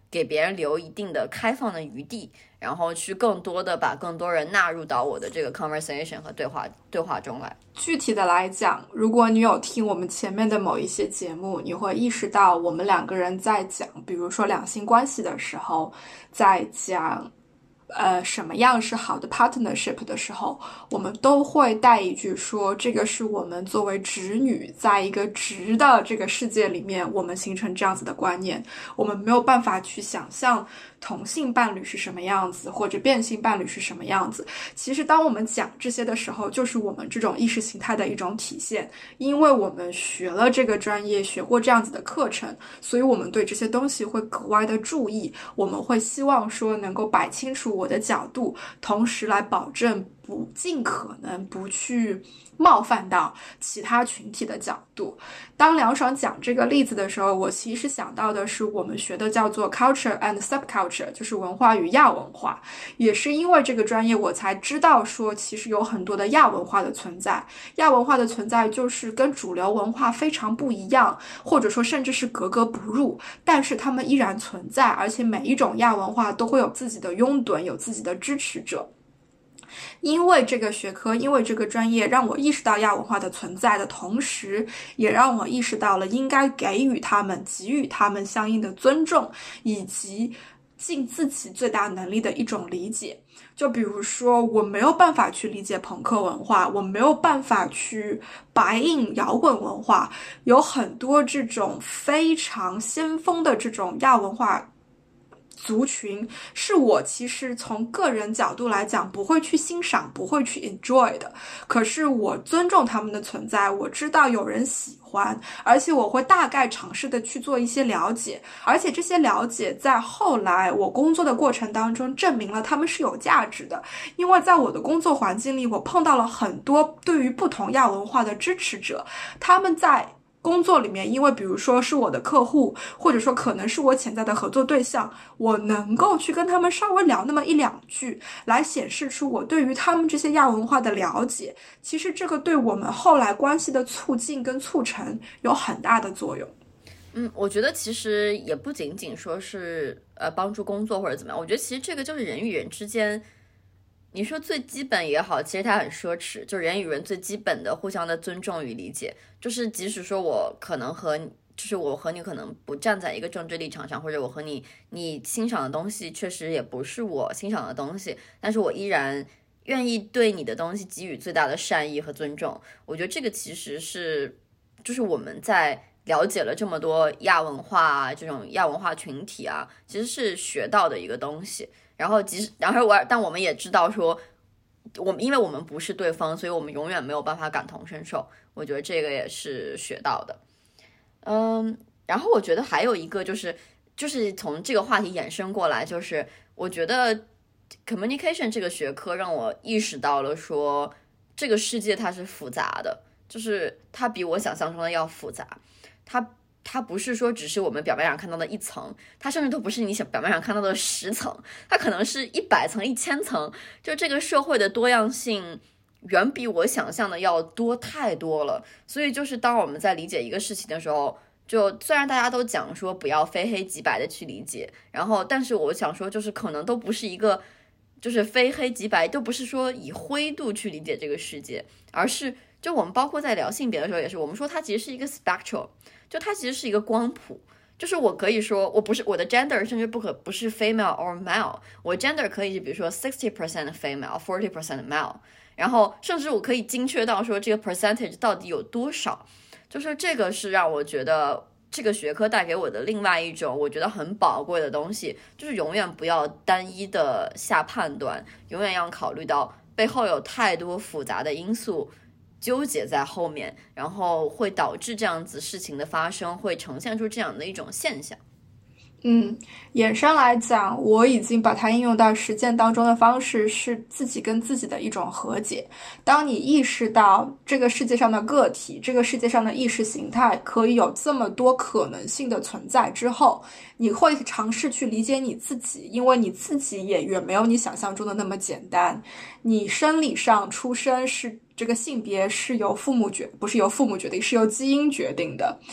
给别人留一定的开放的余地，然后去更多的把更多人纳入到我的这个 conversation 和对话对话中来。 具体的来讲，如果你有听我们前面的某一些节目，你会意识到我们两个人在讲比如说两性关系的时候，在讲呃，什么样是好的 partnership 的时候，我们都会带一句说，这个是我们作为直女，在一个直的这个世界里面，我们形成这样子的观念，我们没有办法去想象同性伴侣是什么样子，或者变性伴侣是什么样子。其实当我们讲这些的时候，就是我们这种意识形态的一种体现，因为我们学了这个专业，学过这样子的课程，所以我们对这些东西会格外的注意，我们会希望说能够摆清楚我的角度，同时来保证不尽可能不去冒犯到其他群体的角度。当梁爽讲这个例子的时候，我其实想到的是我们学的叫做 culture and subculture， 就是文化与亚文化。也是因为这个专业我才知道说其实有很多的亚文化的存在，亚文化的存在就是跟主流文化非常不一样，或者说甚至是格格不入，但是他们依然存在，而且每一种亚文化都会有自己的拥趸，有自己的支持者。因为这个学科，因为这个专业，让我意识到亚文化的存在的同时，也让我意识到了应该给予他们、给予他们相应的尊重，以及尽自己最大能力的一种理解。就比如说，我没有办法去理解朋克文化，我没有办法去白银摇滚文化，有很多这种非常先锋的这种亚文化族群，是我其实从个人角度来讲不会去欣赏，不会去 enjoy 的。可是我尊重他们的存在，我知道有人喜欢，而且我会大概尝试的去做一些了解，而且这些了解在后来我工作的过程当中证明了他们是有价值的。因为在我的工作环境里，我碰到了很多对于不同亚文化的支持者，他们在工作里面，因为比如说是我的客户，或者说可能是我潜在的合作对象，我能够去跟他们稍微聊那么一两句，来显示出我对于他们这些亚文化的了解。其实这个对我们后来关系的促进跟促成有很大的作用。 嗯，我觉得其实也不仅仅说是呃帮助工作或者怎么样，我觉得其实这个就是人与人之间，你说最基本也好，其实它很奢侈，就人与人最基本的互相的尊重与理解。就是即使说我可能和就是我和你可能不站在一个政治立场上，或者我和你你欣赏的东西确实也不是我欣赏的东西，但是我依然愿意对你的东西给予最大的善意和尊重。我觉得这个其实是就是我们在了解了这么多亚文化啊，这种亚文化群体啊，其实是学到的一个东西。然后即使然后我但我们也知道说，我们因为我们不是对方，所以我们永远没有办法感同身受。我觉得这个也是学到的。嗯，然后我觉得还有一个就是就是从这个话题衍生过来，就是我觉得 communication 这个学科让我意识到了说，这个世界它是复杂的，就是它比我想象中的要复杂。它它不是说只是我们表面上看到的一层，它甚至都不是你想表面上看到的十层，它可能是一百层、一千层。就这个社会的多样性远比我想象的要多太多了。所以就是当我们在理解一个事情的时候，就虽然大家都讲说不要非黑即白的去理解，然后但是我想说就是可能都不是一个就是非黑即白，都不是说以灰度去理解这个世界，而是就我们包括在聊性别的时候也是，我们说它其实是一个 spectral， 就它其实是一个光谱。就是我可以说我不是我的 gender 甚至不可不是 female or male， 我 gender 可以是比如说 sixty percent female forty percent male， 然后甚至我可以精确到说这个 percentage 到底有多少。就是这个是让我觉得这个学科带给我的另外一种我觉得很宝贵的东西，就是永远不要单一的下判断，永远要考虑到背后有太多复杂的因素纠结在后面，然后会导致这样子事情的发生，会呈现出这样的一种现象。 嗯，衍生来讲，我已经把它应用到实践当中的方式是自己跟自己的一种和解。当你意识到这个世界上的个体，这个世界上的意识形态可以有这么多可能性的存在之后，你会尝试去理解你自己，因为你自己也远没有你想象中的那么简单。你生理上出生是这个性别是由父母决，不是由父母决定，是由基因决定的。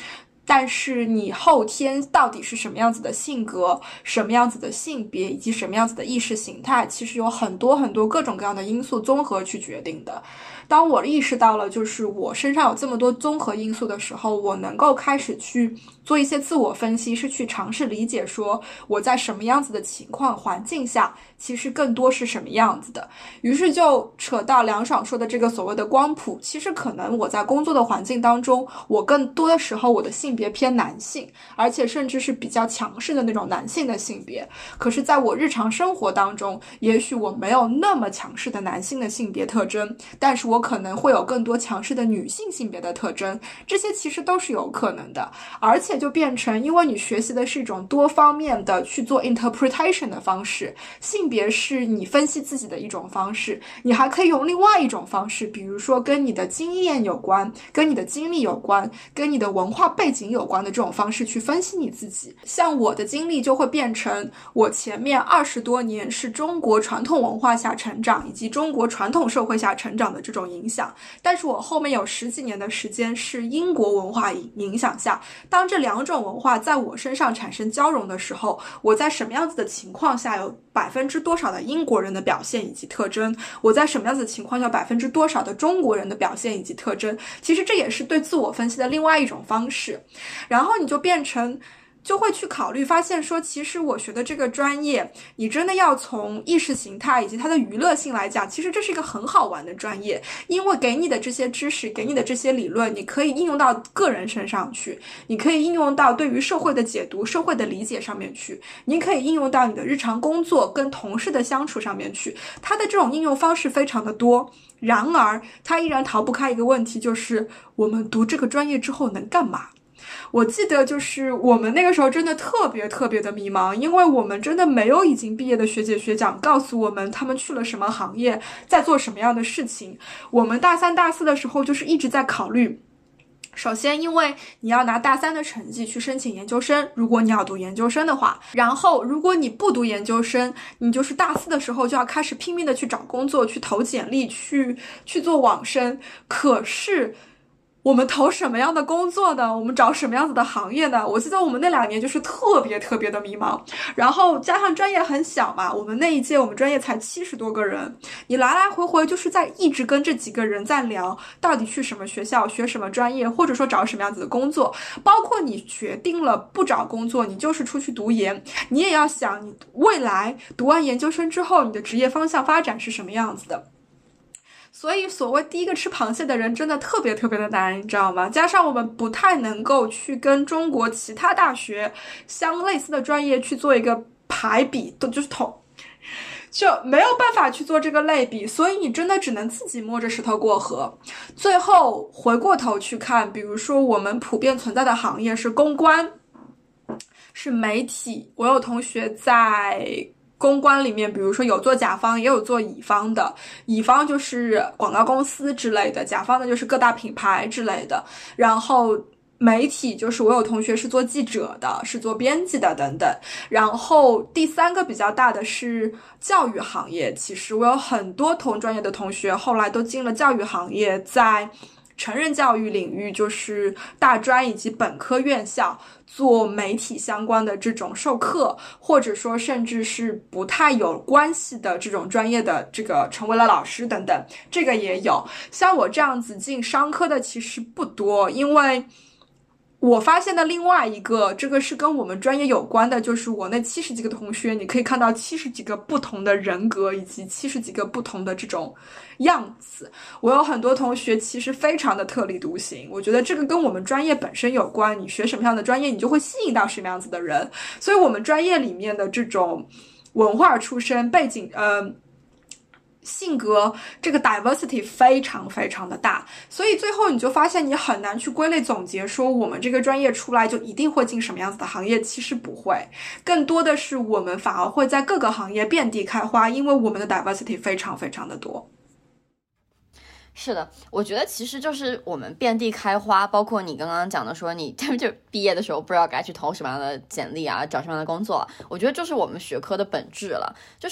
但是你后天到底是什么样子的性格，什么样子的性别，以及什么样子的意识形态，其实有很多很多各种各样的因素综合去决定的。当我意识到了就是我身上有这么多综合因素的时候，我能够开始去做一些自我分析，是去尝试理解说我在什么样子的情况环境下其实更多是什么样子的。于是就扯到梁爽说的这个所谓的光谱，其实可能我在工作的环境当中，我更多的时候我的性别偏男性，而且甚至是比较强势的那种男性的性别。可是在我日常生活当中，也许我没有那么强势的男性的性别特征，但是我可能会有更多强势的女性性别的特征，这些其实都是有可能的。而且就变成，因为你学习的是一种多方面的去做 interpretation 的方式，性别是你分析自己的一种方式，你还可以用另外一种方式，比如说跟你的经验有关，跟你的经历有关，跟你的文化背景有关的这种方式去分析你自己。像我的经历就会变成，我前面二十多年是中国传统文化下成长，以及中国传统社会下成长的这种影响，但是我后面有十几年的时间是英国文化影响下，当这两种文化在我身上产生交融的时候，我在什么样子的情况下有百分之多少的英国人的表现以及特征，我在什么样子的情况下百分之多少的中国人的表现以及特征，其实这也是对自我分析的另外一种方式。然后你就变成就会去考虑发现说，其实我学的这个专业，你真的要从意识形态以及它的娱乐性来讲，其实这是一个很好玩的专业，因为给你的这些知识，给你的这些理论，你可以应用到个人身上去，你可以应用到对于社会的解读，社会的理解上面去，你可以应用到你的日常工作跟同事的相处上面去，它的这种应用方式非常的多。然而它依然逃不开一个问题，就是我们读这个专业之后能干嘛。我记得就是我们那个时候真的特别特别的迷茫，因为我们真的没有已经毕业的学姐学长告诉我们他们去了什么行业，在做什么样的事情。我们大三大四的时候就是一直在考虑，首先因为你要拿大三的成绩去申请研究生，如果你要读研究生的话，然后如果你不读研究生，你就是大四的时候就要开始拼命的去找工作，去投简历，去去做网申。可是我们投什么样的工作呢？我们找什么样子的行业呢？我记得我们那两年就是特别特别的迷茫，然后加上专业很小嘛，我们那一届我们专业才七十多个人，你来来回回就是在一直跟这几个人在聊，到底去什么学校，学什么专业，或者说找什么样子的工作。包括你决定了不找工作，你就是出去读研，你也要想你未来读完研究生之后，你的职业方向发展是什么样子的。所以所谓第一个吃螃蟹的人真的特别特别的难，你知道吗？加上我们不太能够去跟中国其他大学相类似的专业去做一个排比，都就是同就没有办法去做这个类比，所以你真的只能自己摸着石头过河。最后回过头去看，比如说我们普遍存在的行业是公关，是媒体，我有同学在公关里面，比如说有做甲方也有做乙方的，乙方就是广告公司之类的，甲方的就是各大品牌之类的，然后媒体就是我有同学是做记者的，是做编辑的等等。然后第三个比较大的是教育行业，其实我有很多同专业的同学后来都进了教育行业，在成人教育领域，就是大专以及本科院校做媒体相关的这种授课，或者说甚至是不太有关系的这种专业的这个成为了老师等等，这个也有。像我这样子进商科的其实不多，因为我发现的另外一个，这个是跟我们专业有关的，就是我那七十几个同学，你可以看到七十几个不同的人格，以及七十几个不同的这种样子。我有很多同学其实非常的特立独行，我觉得这个跟我们专业本身有关，你学什么样的专业，你就会吸引到什么样子的人。所以我们专业里面的这种文化出身背景，呃。性格这个 diversity 非常非常的大，所以最后你就发现你很难去归类总结说我们这个专业出来就一定会进什么样子的行业，其实不会，更多的是我们反而会在各个行业遍地开花，因为我们的 diversity 非常非常的多。 是的，我觉得其实就是我们遍地开花，包括你刚刚讲的说你就毕业的时候不知道该去投什么样的简历啊，找什么样的工作，我觉得就是我们学科的本质了，就是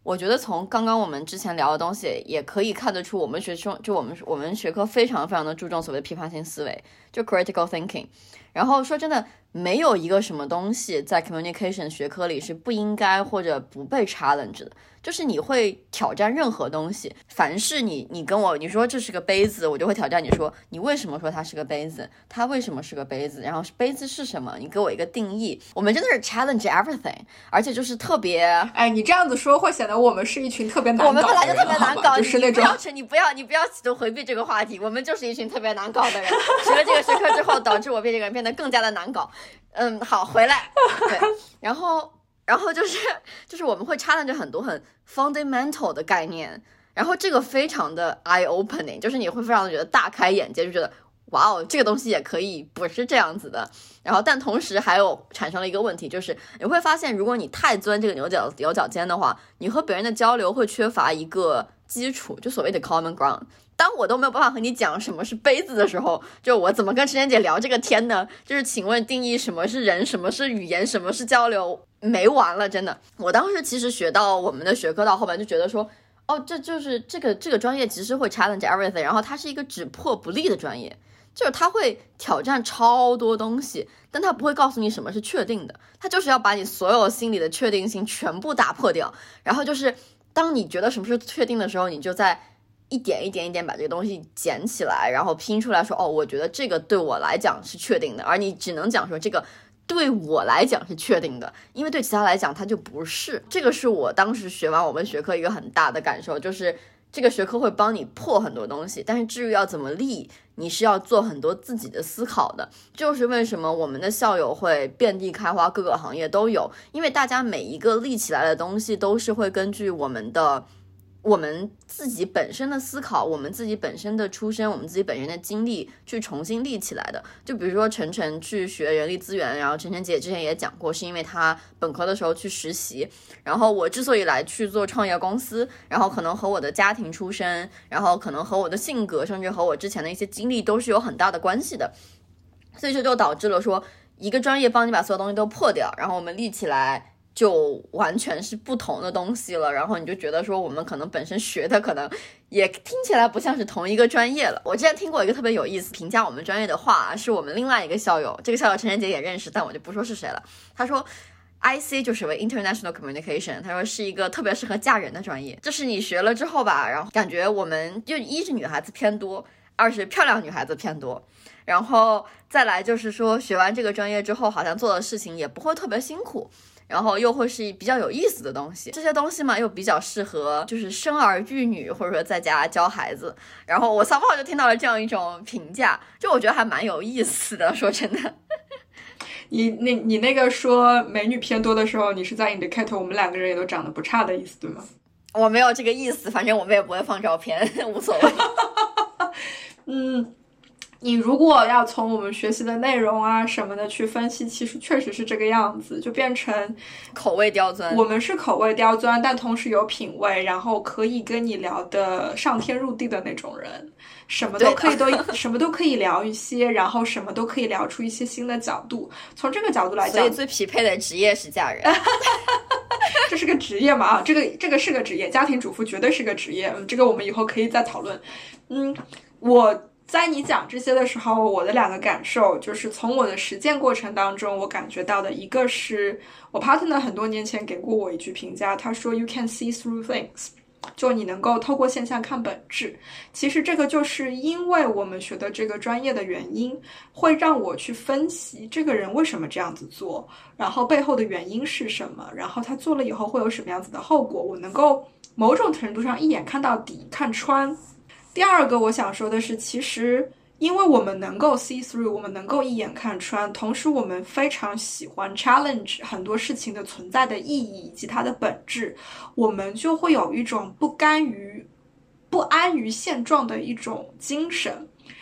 我觉得从刚刚我们之前聊的东西也可以看得出，我们学生就我们我们学科非常非常的注重所谓的批判性思维，就 critical thinking。然后说真的，没有一个什么东西在 communication 学科里是不应该或者不被 challenge 的，就是你会挑战任何东西。凡是你你跟我你说这是个杯子，我就会挑战你说你为什么说它是个杯子，它为什么是个杯子，然后杯子是什么，你给我一个定义。我们真的是 challenge everything， 而且就是特别， 哎，你这样子说会显得我们是一群特别难搞的人， 我们本来就特别难搞， 就是那种你不要你不要企图回避这个话题，我们就是一群特别难搞的人。学了这个学科之后，导致我变这个人变得更加的难搞。嗯，好，回来，对，然后然后就是就是我们会challenge很多很 fundamental 的概念，然后这个非常的 eye opening， 就是你会非常的觉得大开眼界，就觉得哇哦，这个东西也可以不是这样子的。然后但同时还有产生了一个问题，就是你会发现如果你太钻这个牛角牛角尖的话，你和别人的交流会缺乏一个基础，就所谓的 common ground。当我都没有办法和你讲什么是杯子的时候，就我怎么跟陈妍姐聊这个天呢？就是请问定义什么是人，什么是语言，什么是交流，没完了，真的。我当时其实学到我们的学科到后面就觉得说，哦，这就是这个这个专业其实会 challenge everything， 然后它是一个只破不立的专业，就是它会挑战超多东西，但它不会告诉你什么是确定的，它就是要把你所有心理的确定性全部打破掉。然后就是当你觉得什么是确定的时候，你就在一点一点一点把这个东西捡起来，然后拼出来说，哦，我觉得这个对我来讲是确定的，而你只能讲说这个对我来讲是确定的，因为对其他来讲它就不是。这个是我当时学完我们学科一个很大的感受，就是这个学科会帮你破很多东西，但是至于要怎么立，你是要做很多自己的思考的。就是为什么我们的校友会遍地开花，各个行业都有，因为大家每一个立起来的东西都是会根据我们的我们自己本身的思考，我们自己本身的出身，我们自己本身的经历去重新立起来的。就比如说晨晨去学人力资源，然后晨晨姐之前也讲过，是因为她本科的时候去实习，然后我之所以来去做创业公司，然后可能和我的家庭出身，然后可能和我的性格，甚至和我之前的一些经历都是有很大的关系的。所以这就导致了说一个专业帮你把所有东西都破掉，然后我们立起来就完全是不同的东西了，然后你就觉得说我们可能本身学的可能也听起来不像是同一个专业了。我之前听过一个特别有意思评价我们专业的话，是我们另外一个校友，这个校友陈晨姐也认识，但我就不说是谁了。他说 I C 就是为 International Communication， 他说是一个特别适合嫁人的专业，就是你学了之后吧，然后感觉我们就一是女孩子偏多，二是漂亮女孩子偏多，然后再来就是说学完这个专业之后好像做的事情也不会特别辛苦，然后又会是比较有意思的东西，这些东西嘛又比较适合就是生儿育女，或者说在家教孩子。然后我三炮就听到了这样一种评价，就我觉得还蛮有意思的，说真的。 你那你那个说美女偏多的时候，你是在 indicate 我们两个人也都长得不差的意思，对吗？ 我没有这个意思，反正我们也不会放照片，无所谓。 嗯，你如果要从我们学习的内容啊什么的去分析，其实确实是这个样子，就变成口味刁钻。 我们是口味刁钻，但同时有品味，然后可以跟你聊的上天入地的那种人，什么都可以都什么都可以聊一些，然后什么都可以聊出一些新的角度。从这个角度来讲， 所以最匹配的职业是嫁人。 这是个职业嘛？这个这个是个职业，家庭主妇绝对是个职业。嗯，这个我们以后可以再讨论。嗯，我在你讲这些的时候，我的两个感受就是从我的实践过程当中，我感觉到的一个是我 partner 很多年前给过我一句评价，他说 You can see through things， 就你能够透过现象看本质。其实这个就是因为我们学的这个专业的原因，会让我去分析这个人为什么这样子做，然后背后的原因是什么，然后他做了以后会有什么样子的后果，我能够某种程度上一眼看到底，看穿。第二个我想说的是，其实因为我们能够 see through， 我们能够一眼看穿，同时我们非常喜欢 challenge 很多事情的存在的意义以及它的本质，我们就会有一种不甘于不安于现状的一种精神。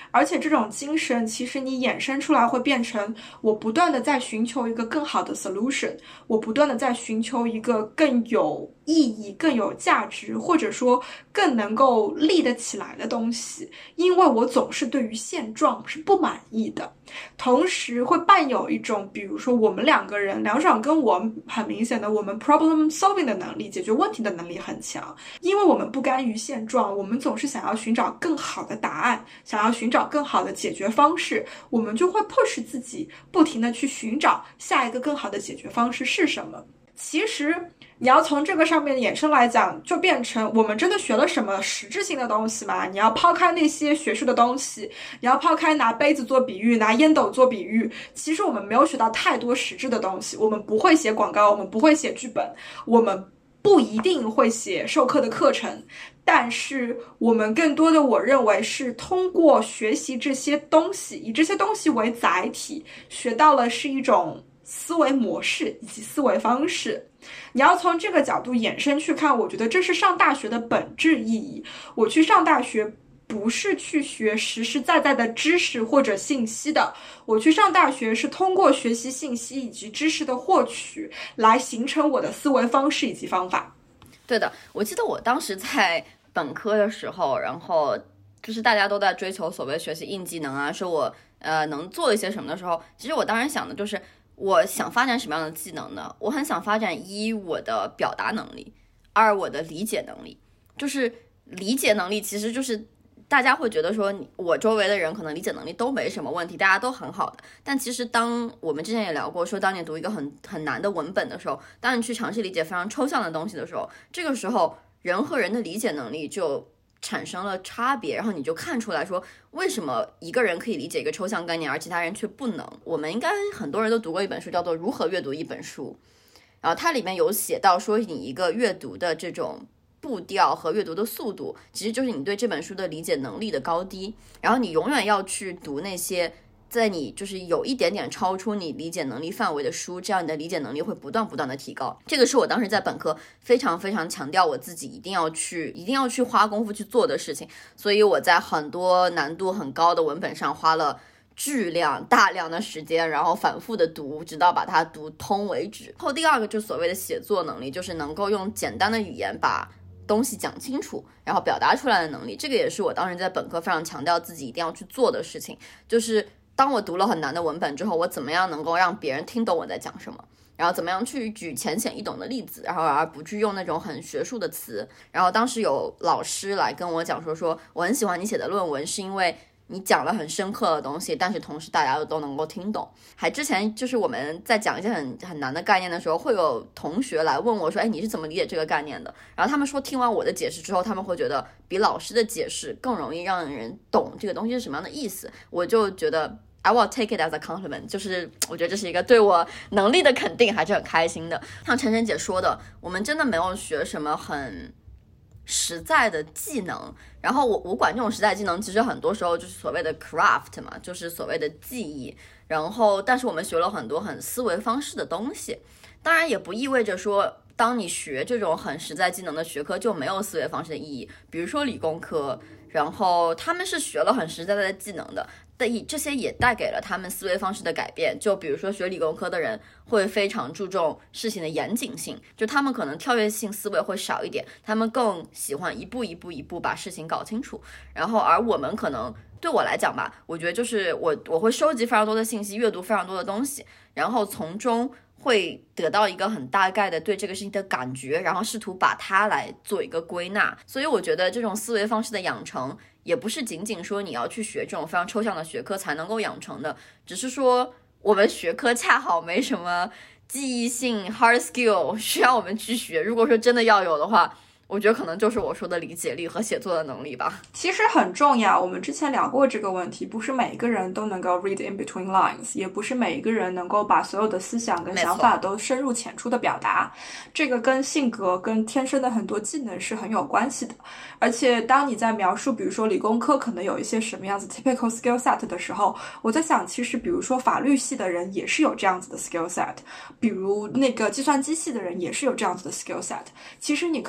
而且这种精神其实你衍生出来会变成我不断的在寻求一个更好的 solution， 我不断的在寻求一个更有意义更有价值或者说更能够立得起来的东西，因为我总是对于现状是不满意的。同时会伴有一种比如说我们两个人梁爽跟我很明显的我们 problem solving 的能力解决问题的能力很强，因为我们不甘于现状，我们总是想要寻找更好的答案，想要寻找更好的解决方式，我们就会 push 自己不停的去寻找下一个更好的解决方式是什么。其实你要从这个上面衍生来讲，就变成我们真的学了什么实质性的东西吗？你要抛开那些学术的东西，你要抛开拿杯子做比喻拿烟斗做比喻，其实我们没有学到太多实质的东西。我们不会写广告，我们不会写剧本，我们不一定会写授课的课程，但是我们更多的我认为是通过学习这些东西，以这些东西为载体，学到了是一种思维模式以及思维方式。你要从这个角度衍生去看，我觉得这是上大学的本质意义。我去上大学不是去学实实在在的知识或者信息的，我去上大学是通过学习信息以及知识的获取来形成我的思维方式以及方法。 对的，我记得我当时在本科的时候，然后就是大家都在追求所谓学习硬技能啊，说我呃能做一些什么的时候，其实我当时想的就是我想发展什么样的技能呢？我很想发展一我的表达能力，二我的理解能力。就是理解能力其实就是大家会觉得说我周围的人可能理解能力都没什么问题，大家都很好的，但其实当我们之前也聊过说当你读一个很很难的文本的时候，当你去尝试理解非常抽象的东西的时候，这个时候人和人的理解能力就产生了差别，然后你就看出来说为什么一个人可以理解一个抽象概念而其他人却不能。我们应该很多人都读过一本书叫做《如何阅读一本书》，然后它里面有写到说你一个阅读的这种步调和阅读的速度其实就是你对这本书的理解能力的高低，然后你永远要去读那些在你就是有一点点超出你理解能力范围的书，这样你的理解能力会不断不断的提高。这个是我当时在本科非常非常强调我自己一定要去一定要去花功夫去做的事情，所以我在很多难度很高的文本上花了巨量大量的时间，然后反复的读，直到把它读通为止。后第二个就是所谓的写作能力，就是能够用简单的语言把东西讲清楚然后表达出来的能力，这个也是我当时在本科非常强调自己一定要去做的事情。就是当我读了很难的文本之后，我怎么样能够让别人听懂我在讲什么，然后怎么样去举浅显易懂的例子，然后而不去用那种很学术的词。然后当时有老师来跟我讲说说我很喜欢你写的论文是因为你讲了很深刻的东西，但是同时大家都能够听懂。还之前就是我们在讲一些很很难的概念的时候，会有同学来问我说哎，你是怎么理解这个概念的？然后他们说听完我的解释之后，他们会觉得比老师的解释更容易让人懂这个东西是什么样的意思。我就觉得I will take it as a compliment， 就是我觉得这是一个对我能力的肯定，还是很开心的。像晨晨姐说的，我们真的没有学什么很实在的技能，然后我我管这种实在技能其实很多时候就是所谓的 craft 嘛，就是所谓的技艺。然后但是我们学了很多很思维方式的东西，当然也不意味着说当你学这种很实在技能的学科就没有思维方式的意义。比如说理工科，然后他们是学了很实在的技能的，但这些也带给了他们思维方式的改变。就比如说学理工科的人会非常注重事情的严谨性，就他们可能跳跃性思维会少一点，他们更喜欢一步一步一步把事情搞清楚。然后而我们可能对我来讲吧，我觉得就是我我会收集非常多的信息，阅读非常多的东西，然后从中会得到一个很大概的对这个事情的感觉，然后试图把它来做一个归纳。所以我觉得这种思维方式的养成也不是仅仅说你要去学这种非常抽象的学科才能够养成的，只是说我们学科恰好没什么记忆性 hard skill 需要我们去学，如果说真的要有的话，我觉得可能就是我说的理解力和写作的能力吧。 其实很重要，我们之前聊过这个问题，不是每一个人都能够 read in between lines， 也不是每一个人能够把所有的思想跟想法都深入浅出的表达，这个跟性格跟天生的很多技能是很有关系的。而且当你在描述比如说理工科可能有一些什么样子 typical skill set 的时候，我在想其实比如说法律系的人也是有这样子的 skill set， 比如那个计算机系的人也是有这样子的 skill set， 其实你可以看得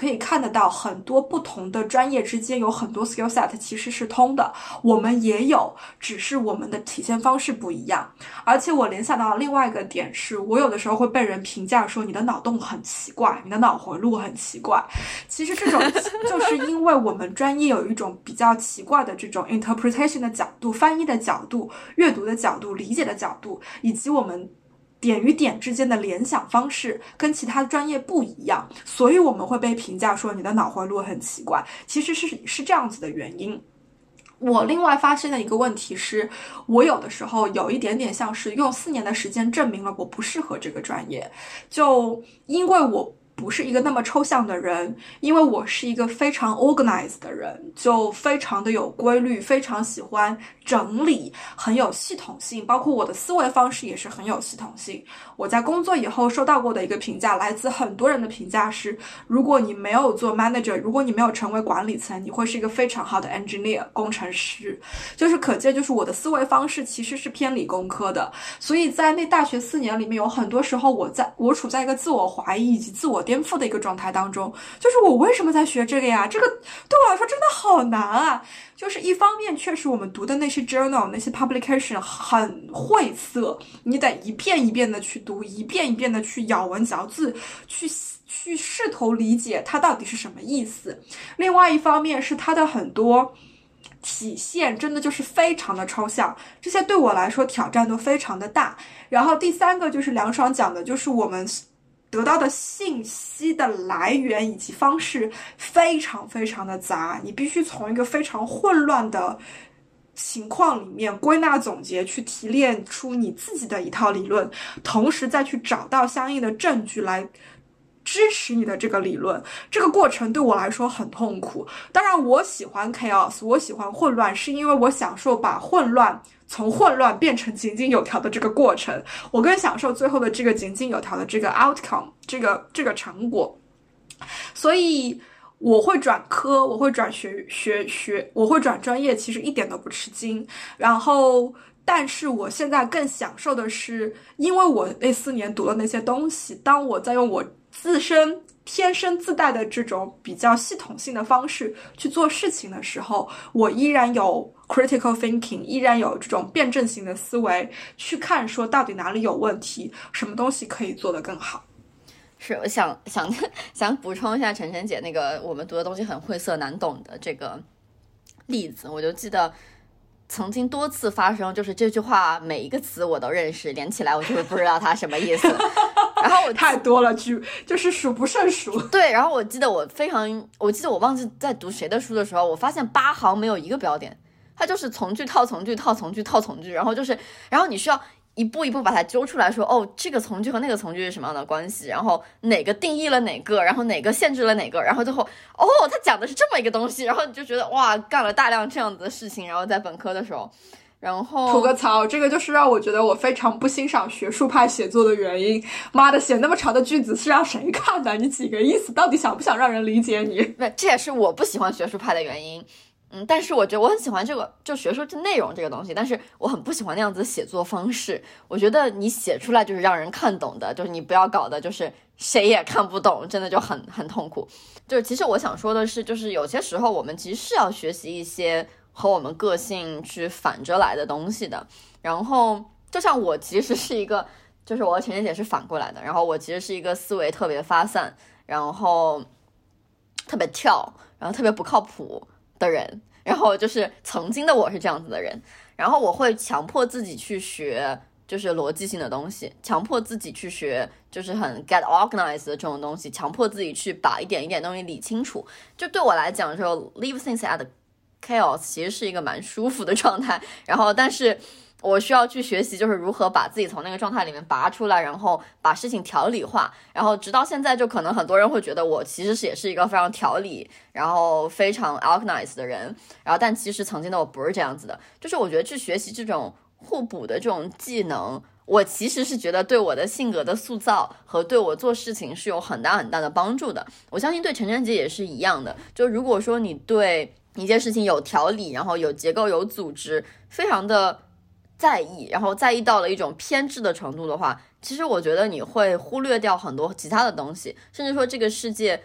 get 到很多不同的专业之间有很多 skill set 其实是通的，我们也有，只是我们的体现方式不一样。而且我联想到另外一个点是，我有的时候会被人评价说你的脑洞很奇怪，你的脑回路很奇怪。其实这种就是因为我们专业有一种比较奇怪的这种 interpretation 的角度、翻译的角度、阅读的角度、理解的角度，以及我们点与点之间的联想方式跟其他专业不一样，所以我们会被评价说你的脑回路很奇怪，其实是是这样子的原因。我另外发现的一个问题是，我有的时候有一点点像是用四年的时间证明了我不适合这个专业，就因为我不是一个那么抽象的人，因为我是一个非常 organized 的人，就非常的有规律，非常喜欢整理，很有系统性，包括我的思维方式也是很有系统性。我在工作以后收到过的一个评价，来自很多人的评价是，如果你没有做 manager， 如果你没有成为管理层，你会是一个非常好的 engineer 工程师。就是可见，就是我的思维方式其实是偏理工科的，所以在那大学四年里面，有很多时候我在我处在一个自我怀疑以及自我颠覆的一个状态当中，就是我为什么在学这个呀？这个对我来说真的好难啊！就是一方面，确实我们读的那些 journal、那些 publication 很晦涩，你得一遍一遍的去读，一遍一遍的去咬文嚼字，去去试图理解它到底是什么意思。另外一方面是它的很多体现真的就是非常的抽象，这些对我来说挑战都非常的大。然后第三个就是梁爽讲的，就是我们得到的信息的来源以及方式非常非常的杂，你必须从一个非常混乱的情况里面归纳总结，去提炼出你自己的一套理论，同时再去找到相应的证据来支持你的这个理论。这个过程对我来说很痛苦。当然我喜欢 chaos， 我喜欢混乱，是因为我享受把混乱从混乱变成井井有条的这个过程，我更享受最后的这个井井有条的这个 outcome， 这个这个成果。所以我会转科，我会转学学学，我会转专业，其实一点都不吃惊。然后但是我现在更享受的是，因为我那四年读的那些东西，当我在用我自身天生自带的这种比较系统性的方式去做事情的时候，我依然有 critical thinking， 依然有这种辩证型的思维，去看说到底哪里有问题，什么东西可以做得更好。 是，我想想想补充一下晨晨姐那个我们读的东西很晦涩难懂的这个例子，我就记得曾经多次发生，就是这句话每一个词我都认识，连起来我就是不知道它什么意思。然后我太多了，就就是数不胜数。 对，然后我记得我非常，我记得我忘记在读谁的书的时候，我发现八行没有一个标点，它就是从句套从句套从句套从句，然后就是，然后你需要一步一步把它揪出来说，哦，这个从句和那个从句是什么样的关系，然后哪个定义了哪个，然后哪个限制了哪个，然后最后，哦，他讲的是这么一个东西，然后你就觉得哇，干了大量这样子的事情，然后在本科的时候。然后吐个槽，这个就是让我觉得我非常不欣赏学术派写作的原因。妈的，写那么长的句子是让谁看的？你几个意思？到底想不想让人理解你？ 对，这也是我不喜欢学术派的原因。嗯，但是我觉得我很喜欢这个就学术内容这个东西，但是我很不喜欢那样子的写作方式。我觉得你写出来就是让人看懂的，就是你不要搞的就是谁也看不懂，真的就很很痛苦。就是其实我想说的是，就是有些时候我们其实是要学习一些和我们个性去反着来的东西的。然后就像我其实是一个，就是我和晨晨姐是反过来的，然后我其实是一个思维特别发散，然后特别跳，然后特别不靠谱的人，然后就是曾经的我是这样子的人，然后我会强迫自己去学就是逻辑性的东西，强迫自己去学就是很 get organized 的这种东西，强迫自己去把一点一点东西理清楚。就对我来讲，就 leave things at chaos 其实是一个蛮舒服的状态，然后但是我需要去学习就是如何把自己从那个状态里面拔出来，然后把事情条理化，然后直到现在就可能很多人会觉得我其实是也是一个非常条理然后非常 organized 的人，然后但其实曾经的我不是这样子的。就是我觉得去学习这种互补的这种技能，我其实是觉得对我的性格的塑造和对我做事情是有很大很大的帮助的。我相信对晨晨姐也是一样的，就如果说你对一件事情有条理，然后有结构有组织，非常的在意，然后在意到了一种偏执的程度的话，其实我觉得你会忽略掉很多其他的东西，甚至说这个世界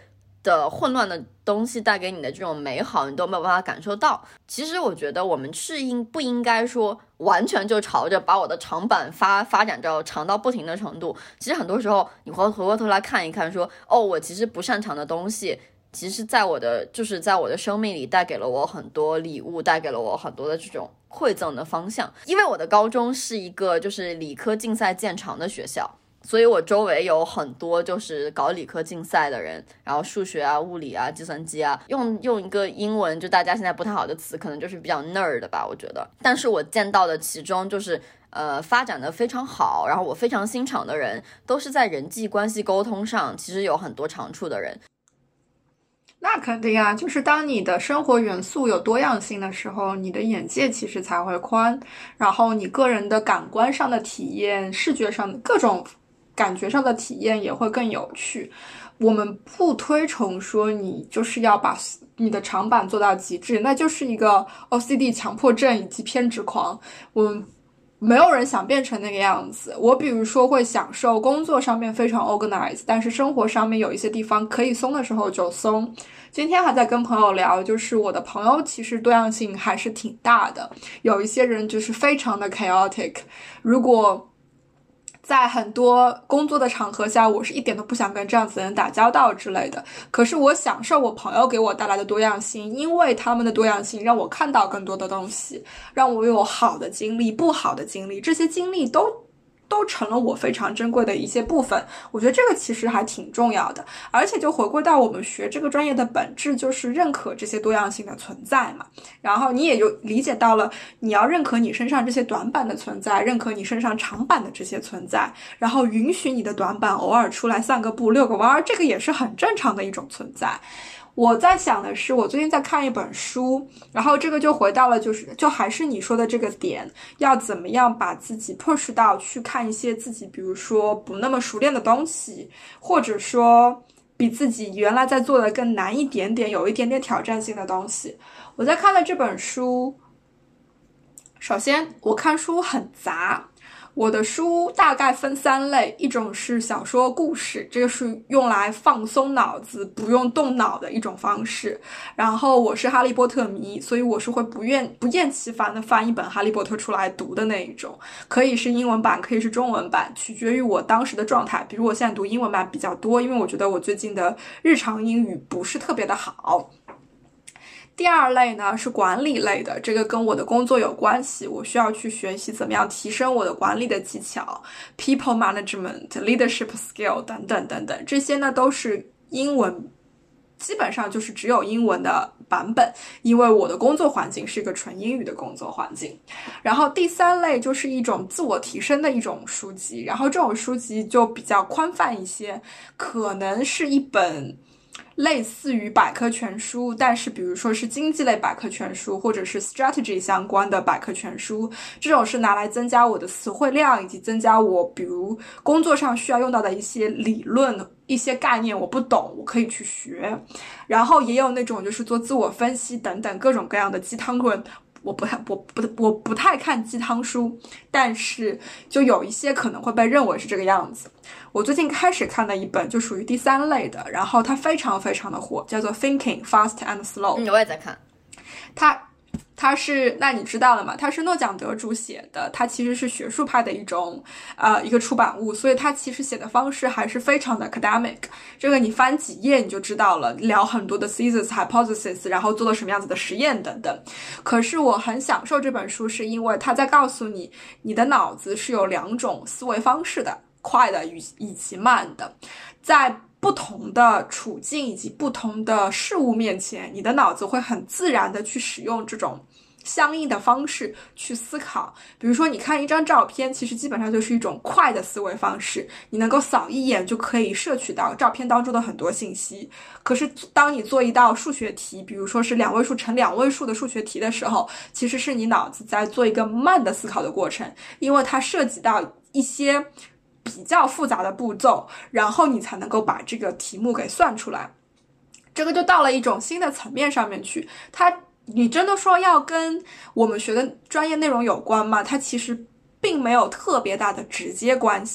的混乱的东西带给你的这种美好你都没有办法感受到。其实我觉得我们是应不应该说完全就朝着把我的长板发发展到长到不停的程度。其实很多时候你回回过头来看一看说，哦，我其实不擅长的东西其实在我的就是在我的生命里带给了我很多礼物，带给了我很多的这种馈赠的方向。因为我的高中是一个就是理科竞赛见长的学校，所以我周围有很多就是搞理科竞赛的人，然后数学啊、物理啊、计算机啊，用用一个英文就大家现在不太好的词，可能就是比较 nerd 的吧，我觉得。但是我见到的其中就是呃发展的非常好，然后我非常欣赏的人，都是在人际关系沟通上其实有很多长处的人。 那肯定啊，就是当你的生活元素有多样性的时候，你的眼界其实才会宽，然后你个人的感官上的体验、视觉上的各种感觉上的体验也会更有趣。我们不推崇说你就是要把你的长板做到极致，那就是一个 O C D 强迫症以及偏执狂。我们没有人想变成那个样子。我比如说会享受工作上面非常 organized， 但是生活上面有一些地方可以松的时候就松。今天还在跟朋友聊，就是我的朋友其实多样性还是挺大的，有一些人就是非常的 chaotic， 如果在很多工作的场合下，我是一点都不想跟这样子的人打交道之类的。可是我享受我朋友给我带来的多样性，因为他们的多样性让我看到更多的东西，让我有好的经历、不好的经历，这些经历都都成了我非常珍贵的一些部分。我觉得这个其实还挺重要的，而且就回归到我们学这个专业的本质，就是认可这些多样性的存在嘛。然后你也就理解到了，你要认可你身上这些短板的存在，认可你身上长板的这些存在，然后允许你的短板偶尔出来散个步、遛个弯，这个也是很正常的一种存在。我在想的是，我最近在看一本书，然后这个就回到了就是就还是你说的这个点，要怎么样把自己 push 到去看一些自己比如说不那么熟练的东西，或者说比自己原来在做的更难一点点，有一点点挑战性的东西。我在看了这本书，首先我看书很杂，我的书大概分三类，一种是小说故事，这个是用来放松脑子不用动脑的一种方式。然后我是哈利波特迷，所以我是会不厌不厌其烦的翻一本哈利波特出来读的那一种，可以是英文版，可以是中文版，取决于我当时的状态。比如我现在读英文版比较多，因为我觉得我最近的日常英语不是特别的好。第二类呢是管理类的，这个跟我的工作有关系，我需要去学习怎么样提升我的管理的技巧 people management leadership skill 等等等等，这些呢都是英文，基本上就是只有英文的版本，因为我的工作环境是一个纯英语的工作环境。然后第三类就是一种自我提升的一种书籍，然后这种书籍就比较宽泛一些，可能是一本类似于百科全书，但是比如说是经济类百科全书，或者是 strategy 相关的百科全书，这种是拿来增加我的词汇量，以及增加我比如工作上需要用到的一些理论、一些概念我不懂，我可以去学。然后也有那种就是做自我分析等等各种各样的鸡汤论，我不太我不我不太看鸡汤书，但是就有一些可能会被认为是这个样子。我最近开始看的一本就属于第三类的，然后它非常非常的火，叫做 Thinking Fast and Slow。 嗯，我也在看。 它它是那你知道了吗？它是诺奖得主写的，它其实是学术派的一种呃一个出版物，所以它其实写的方式还是非常的 academic。这个你翻几页你就知道了，聊很多的 thesis hypothesis， 然后做了什么样子的实验等等。可是我很享受这本书，是因为它在告诉你，你的脑子是有两种思维方式的，快的以以及慢的，在不同的处境以及不同的事物面前，你的脑子会很自然的去使用这种相应的方式去思考。比如说你看一张照片，其实基本上就是一种快的思维方式，你能够扫一眼就可以摄取到照片当中的很多信息。可是当你做一道数学题，比如说是两位数乘两位数的数学题的时候，其实是你脑子在做一个慢的思考的过程，因为它涉及到一些比较复杂的步骤，然后你才能够把这个题目给算出来。这个就到了一种新的层面上面去，它你真的说要跟我们学的专业内容有关吗？它其实并没有特别大的直接关系。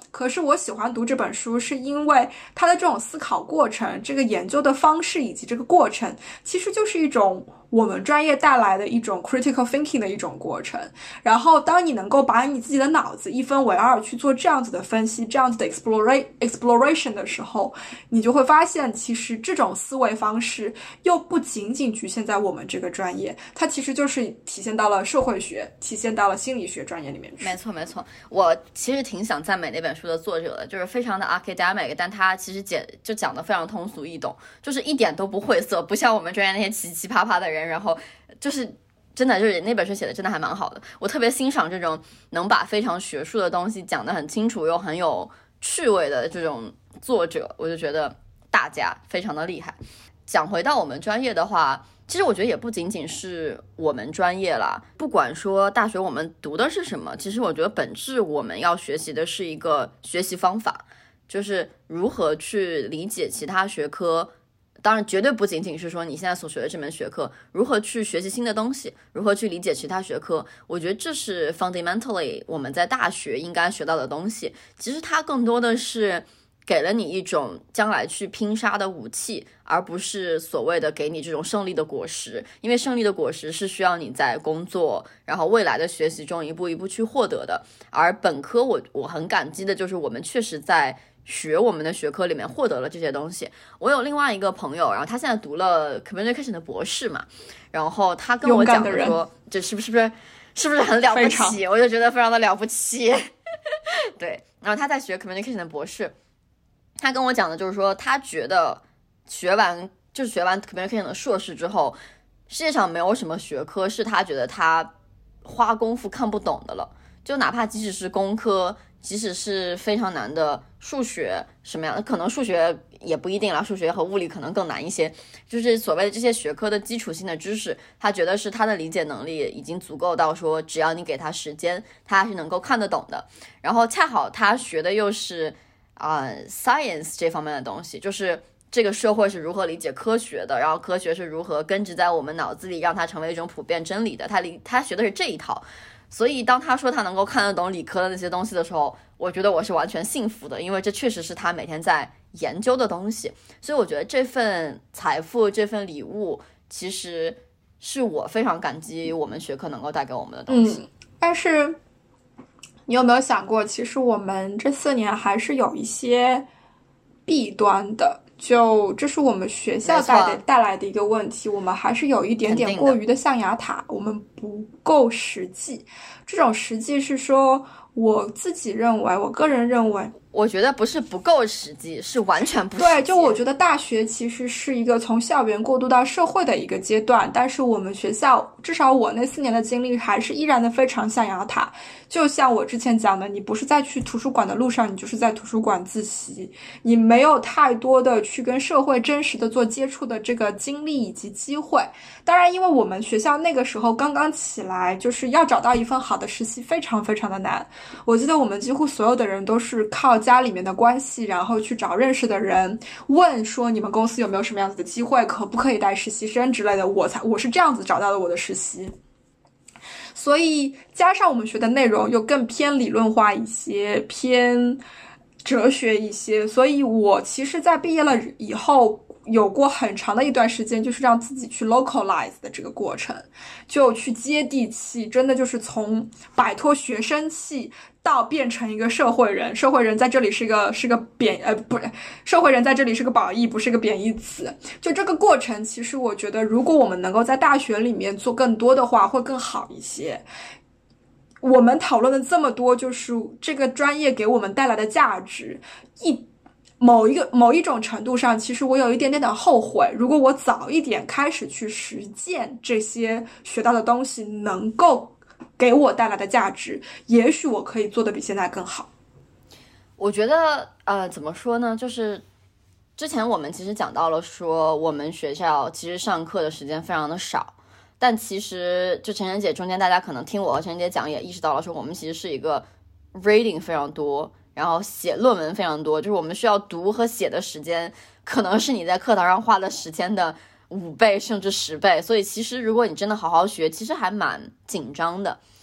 可是我喜欢读这本书是因为它的这种思考过程，这个研究的方式以及这个过程其实就是一种我们专业带来的一种 critical thinking 的一种过程。然后当你能够把你自己的脑子一分为二去做这样子的分析，这样子的 explora exploration 的时候，你就会发现其实这种思维方式又不仅仅局限在我们这个专业，它其实就是体现到了社会学，体现到了心理学专业里面去。 没错没错，我其实挺想赞美那本书的作者的，就是非常的 academic， 但他其实解就讲的非常通俗易懂，就是一点都不晦涩，不像我们专业那些奇奇葩葩的人，然后就是真的就是那本书写的真的还蛮好的，我特别欣赏这种能把非常学术的东西讲得很清楚又很有趣味的这种作者，我就觉得大家非常的厉害。讲回到我们专业的话，其实我觉得也不仅仅是我们专业啦，不管说大学我们读的是什么，其实我觉得本质我们要学习的是一个学习方法，就是如何去理解其他学科，当然绝对不仅仅是说你现在所学的这门学科，如何去学习新的东西，如何去理解其他学科，我觉得这是 fundamentally 我们在大学应该学到的东西。其实它更多的是给了你一种将来去拼杀的武器，而不是所谓的给你这种胜利的果实，因为胜利的果实是需要你在工作然后未来的学习中一步一步去获得的。而本科我我很感激的就是我们确实在学我们的学科里面获得了这些东西。我有另外一个朋友，然后他现在读了 communication 的博士嘛，然后他跟我讲的说这是不是是不是是不是很了不起，我就觉得非常的了不起对，然后他在学 communication 的博士，他跟我讲的就是说他觉得学完就是学完 communication 的硕士之后，世界上没有什么学科是他觉得他花功夫看不懂的了，就哪怕即使是工科，即使是非常难的数学什么样的，可能数学也不一定啦，数学和物理可能更难一些，就是所谓的这些学科的基础性的知识，他觉得是他的理解能力已经足够到说只要你给他时间他是能够看得懂的。然后恰好他学的又是啊、呃、science 这方面的东西，就是这个社会是如何理解科学的，然后科学是如何根植在我们脑子里让它成为一种普遍真理的，他理他学的是这一套。所以当他说他能够看得懂理科的那些东西的时候，我觉得我是完全信服的，因为这确实是他每天在研究的东西。所以我觉得这份财富这份礼物其实是我非常感激我们学科能够带给我们的东西、 嗯、但是你有没有想过其实我们这四年还是有一些弊端的，就这是我们学校带的带来的一个问题，我们还是有一点点过于的象牙塔，我们不够实际。这种实际是说我自己认为，我个人认为， 我觉得不是不够实际，是完全不实际。 对，就我觉得大学其实是一个从校园过渡到社会的一个阶段，但是我们学校至少我那四年的经历还是依然的非常象牙塔。就像我之前讲的，你不是在去图书馆的路上，你就是在图书馆自习，你没有太多的去跟社会真实的做接触的这个经历以及机会。当然因为我们学校那个时候刚刚起来，就是要找到一份好的实习非常非常的难。我记得我们几乎所有的人都是靠家里面的关系，然后去找认识的人，问说你们公司有没有什么样子的机会，可不可以带实习生之类的，我才我是这样子找到了我的实习。所以加上我们学的内容又更偏理论化一些，偏哲学一些，所以我其实在毕业了以后有过很长的一段时间就是让自己去 localize 的这个过程，就去接地气，真的就是从摆脱学生气到变成一个社会人。社会人在这里是个是个贬呃不是社会人在这里是个褒义，不是个贬义词。就这个过程，其实我觉得如果我们能够在大学里面做更多的话，会更好一些。我们讨论了这么多，就是这个专业给我们带来的价值，一某一个某一种程度上，其实我有一点点的后悔，如果我早一点开始去实践这些学到的东西能够给我带来的价值，也许我可以做得比现在更好。 我觉得呃，怎么说呢，就是之前我们其实讲到了说我们学校其实上课的时间非常的少，但其实就陈晨姐中间大家可能听我和陈晨姐讲也意识到了说我们其实是一个 reading 非常多，然后写论文非常多，就是我们需要读和写的时间可能是你在课堂上花的时间的五倍甚至十倍，所以其实如果你真的好好学，其实还蛮紧张的。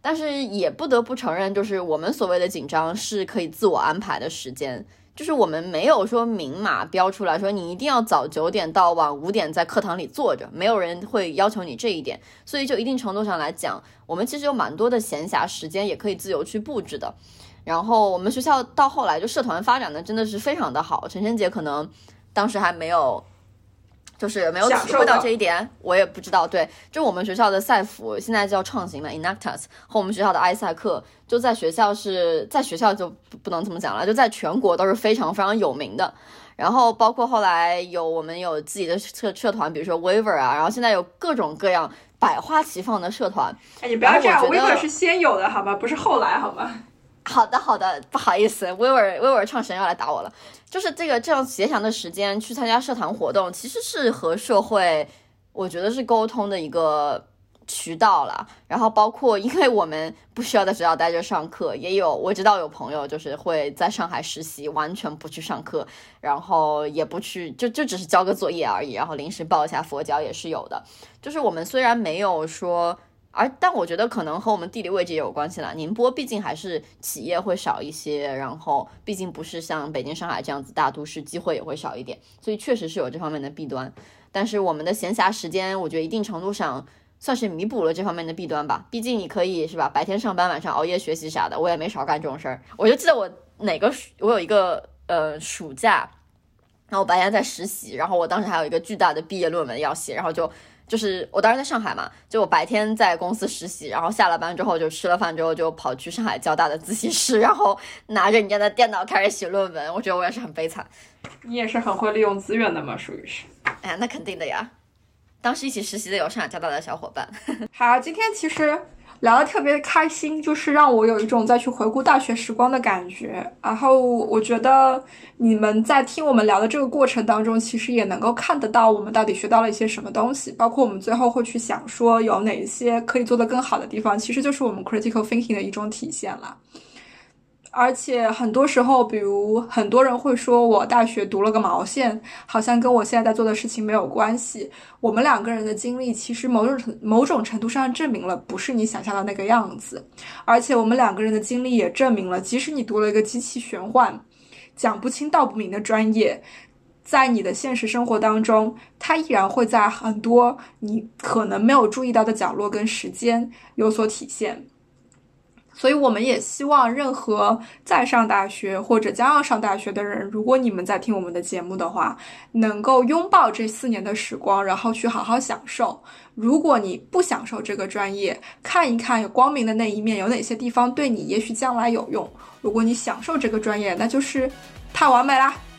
但是也不得不承认，就是我们所谓的紧张是可以自我安排的时间，就是我们没有说明码标出来说你一定要早九点到晚五点在课堂里坐着，没有人会要求你这一点，所以就一定程度上来讲，我们其实有蛮多的闲暇时间也可以自由去布置的。然后我们学校到后来就社团发展的真的是非常的好，陈晨杰可能当时还没有就是没有体会到这一点，我也不知道。对，就我们学校的赛服现在叫创新嘛 Enactus 和我们学校的埃塞克就在学校是在学校就不能这么讲了，就在全国都是非常非常有名的。然后包括后来有我们有自己的社社团，比如说 Weaver 啊，然后现在有各种各样百花齐放的社团。 哎，你不要这样 ，Weaver 是先有的好吗？不是后来好吗？ 好的好的，不好意思，威尔威尔创始人要来打我了。就是这个这样协调的时间去参加社团活动，其实是和社会我觉得是沟通的一个渠道了。然后包括因为我们不需要在学校待着上课，也有我知道有朋友就是会在上海实习，完全不去上课，然后也不去就就只是交个作业而已，然后临时抱一下佛脚也是有的。就是我们虽然没有说而但我觉得可能和我们地理位置也有关系啦，宁波毕竟还是企业会少一些，然后毕竟不是像北京上海这样子大都市，机会也会少一点，所以确实是有这方面的弊端。但是我们的闲暇时间我觉得一定程度上算是弥补了这方面的弊端吧，毕竟你可以是吧，白天上班晚上熬夜学习啥的，我也没少干这种事儿。我就记得我哪个我有一个呃暑假，然后我白天在实习，然后我当时还有一个巨大的毕业论文要写，然后就就是我当时在上海嘛，就我白天在公司实习，然后下了班之后就吃了饭之后就跑去上海交大的自习室，然后拿着人家的电脑开始写论文。我觉得我也是很悲惨。 你也是很会利用资源的嘛，属于是。 哎呀，那肯定的呀。当时一起实习的有上海交大的小伙伴。 好，今天其实聊得特别开心，就是让我有一种再去回顾大学时光的感觉。然后我觉得你们在听我们聊的这个过程当中，其实也能够看得到我们到底学到了一些什么东西，包括我们最后会去想说有哪一些可以做得更好的地方，其实就是我们 critical thinking 的一种体现了。而且很多时候，比如很多人会说我大学读了个毛线，好像跟我现在在做的事情没有关系。我们两个人的经历其实某种程某种程度上证明了不是你想象的那个样子，而且我们两个人的经历也证明了，即使你读了一个极其玄幻、讲不清道不明的专业，在你的现实生活当中，它依然会在很多你可能没有注意到的角落跟时间有所体现。所以我们也希望任何在上大学或者将要上大学的人，如果你们在听我们的节目的话，能够拥抱这四年的时光，然后去好好享受。如果你不享受这个专业，看一看有光明的那一面，有哪些地方对你也许将来有用。如果你享受这个专业，那就是太完美啦。